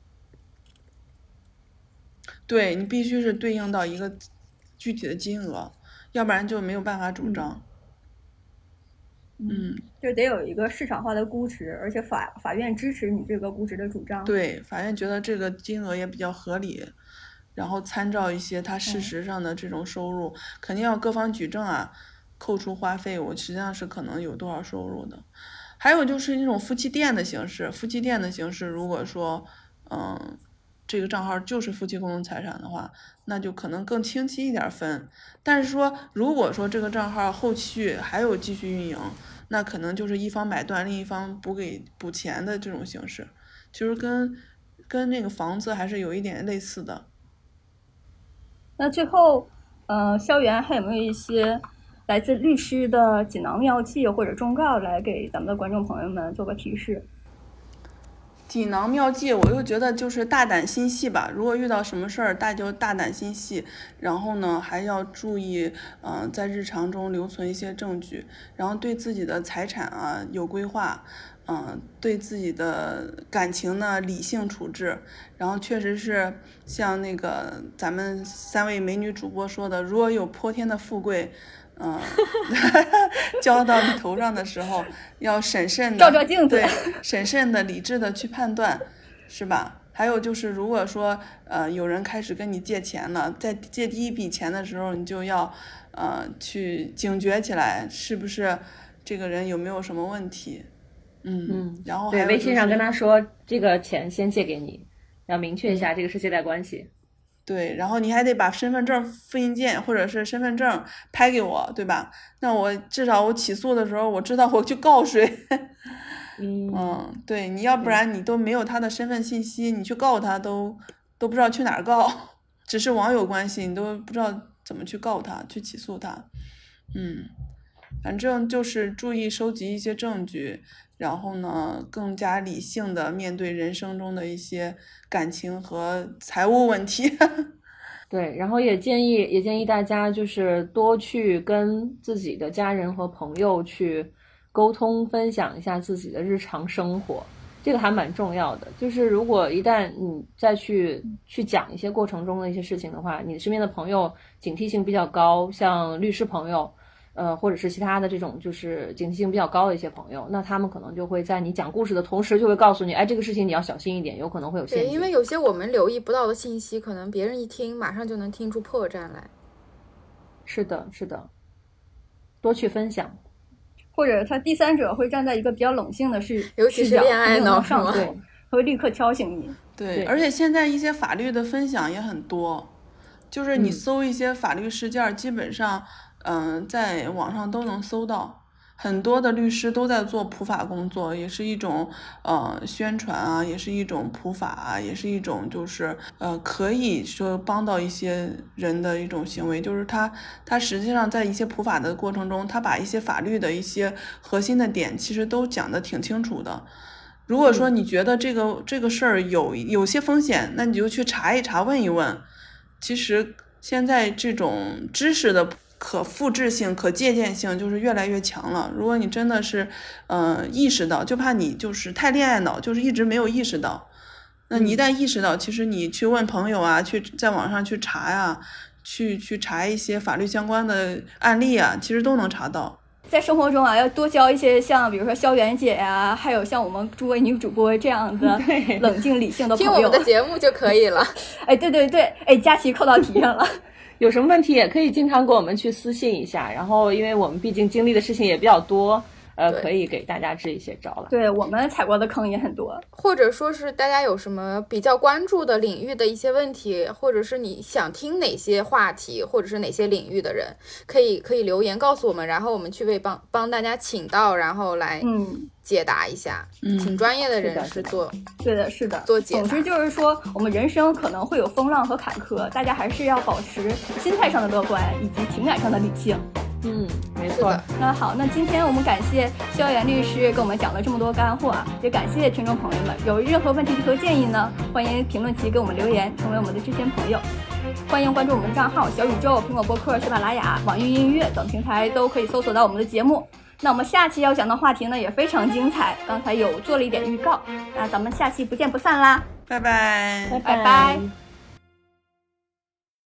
Speaker 2: 对，你必须是对应到一个具体的金额。要不然就没有办法主张，
Speaker 1: 嗯，嗯就得有一个市场化的估值，而且法法院支持你这个估值的主张。
Speaker 2: 对，法院觉得这个金额也比较合理，然后参照一些它事实上的这种收入，嗯、肯定要各方举证啊，扣除花费，我实际上是可能有多少收入的。还有就是那种夫妻店的形式，夫妻店的形式，如果说，嗯。这个账号就是夫妻共同财产的话，那就可能更清晰一点分。但是说，如果说这个账号后续还有继续运营，那可能就是一方买断，另一方补给补钱的这种形式，其实跟跟那个房子还是有一点类似的。
Speaker 1: 那最后，呃，萧元还有没有一些来自律师的锦囊妙计或者忠告，来给咱们的观众朋友们做个提示？
Speaker 2: 锦囊妙计，我又觉得就是大胆心细吧。如果遇到什么事儿，大就大胆心细，然后呢还要注意，嗯、呃，在日常中留存一些证据，然后对自己的财产啊有规划，嗯、呃，对自己的感情呢理性处置。然后确实是像那个咱们三位美女主播说的，如果有泼天的富贵。嗯，交到你头上的时候，要审慎的
Speaker 1: 照照镜子，
Speaker 2: 对，审慎的、理智的去判断，是吧？还有就是，如果说呃有人开始跟你借钱了，在借第一笔钱的时候，你就要呃去警觉起来，是不是这个人有没有什么问题？嗯嗯，然后还有、就是、
Speaker 4: 对微信上跟他说这个钱先借给你，要明确一下这个是借贷关系。
Speaker 2: 对，然后你还得把身份证复印件或者是身份证拍给我，对吧？那我至少我起诉的时候，我知道我去告谁。 嗯嗯，对，你要不然你都没有他的身份信息，你去告他都都不知道去哪儿告，只是网友关系，你都不知道怎么去告他，去起诉他。嗯，反正就是注意收集一些证据，然后呢，更加理性的面对人生中的一些感情和财务问题。
Speaker 4: 对，然后也建议也建议大家就是多去跟自己的家人和朋友去沟通，分享一下自己的日常生活，这个还蛮重要的。就是如果一旦你再去去讲一些过程中的一些事情的话，你身边的朋友警惕性比较高，像律师朋友呃，或者是其他的这种就是警惕性比较高的一些朋友，那他们可能就会在你讲故事的同时就会告诉你，哎，这个事情你要小心一点，有可能会有陷阱。
Speaker 3: 对，因为有些我们留意不到的信息，可能别人一听马上就能听出破绽来。
Speaker 4: 是的，是的，多去分享。
Speaker 1: 或者他第三者会站在一个比较冷静的视，
Speaker 3: 尤其是恋爱脑
Speaker 1: 上，对，会立刻敲醒你。
Speaker 2: 对，
Speaker 4: 对，
Speaker 2: 而且现在一些法律的分享也很多，就是你搜一些法律事件，嗯、基本上。嗯，在网上都能搜到，很多的律师都在做普法工作，也是一种呃宣传啊，也是一种普法啊，也是一种就是呃可以说帮到一些人的一种行为，就是他他实际上在一些普法的过程中，他把一些法律的一些核心的点其实都讲得挺清楚的。如果说你觉得这个、嗯、这个事儿有有些风险，那你就去查一查，问一问。其实现在这种知识的可复制性、可借鉴性就是越来越强了。如果你真的是，呃，意识到，就怕你就是太恋爱脑，就是一直没有意识到。那你一旦意识到，其实你去问朋友啊，去在网上去查呀，去去查一些法律相关的案例啊，其实都能查到。
Speaker 1: 在生活中啊，要多交一些像比如说萧元姐呀、啊，还有像我们诸位女主播这样的冷静理性的朋友。
Speaker 3: 听我们的节目就可以了。
Speaker 1: 哎，对对对，哎，佳琪扣到题上了。
Speaker 4: 有什么问题也可以经常给我们去私信一下，然后因为我们毕竟经历的事情也比较多，呃，可以给大家支一些招了。
Speaker 1: 对，我们踩过的坑也很多，
Speaker 3: 或者说是大家有什么比较关注的领域的一些问题，或者是你想听哪些话题，或者是哪些领域的人，可以可以留言告诉我们，然后我们去为帮帮大家请到，然后来嗯解答一下，
Speaker 2: 嗯，
Speaker 3: 请专业的人士做，
Speaker 1: 对的，是的，
Speaker 3: 做解答。
Speaker 1: 总之就是说，我们人生可能会有风浪和坎坷，大家还是要保持心态上的乐观以及情感上的理性。
Speaker 4: 嗯，没错。
Speaker 1: 那好，那今天我们感谢萧元律师给我们讲了这么多干货啊，也感谢听众朋友们。有任何问题和建议呢，欢迎评论区给我们留言，成为我们的知心朋友。欢迎关注我们的账号小宇宙、苹果播客、喜马拉雅、网易音乐等平台都可以搜索到我们的节目。那我们下期要讲的话题呢也非常精彩，刚才有做了一点预告，那咱们下期不见不散啦，
Speaker 2: 拜拜，
Speaker 1: 拜拜。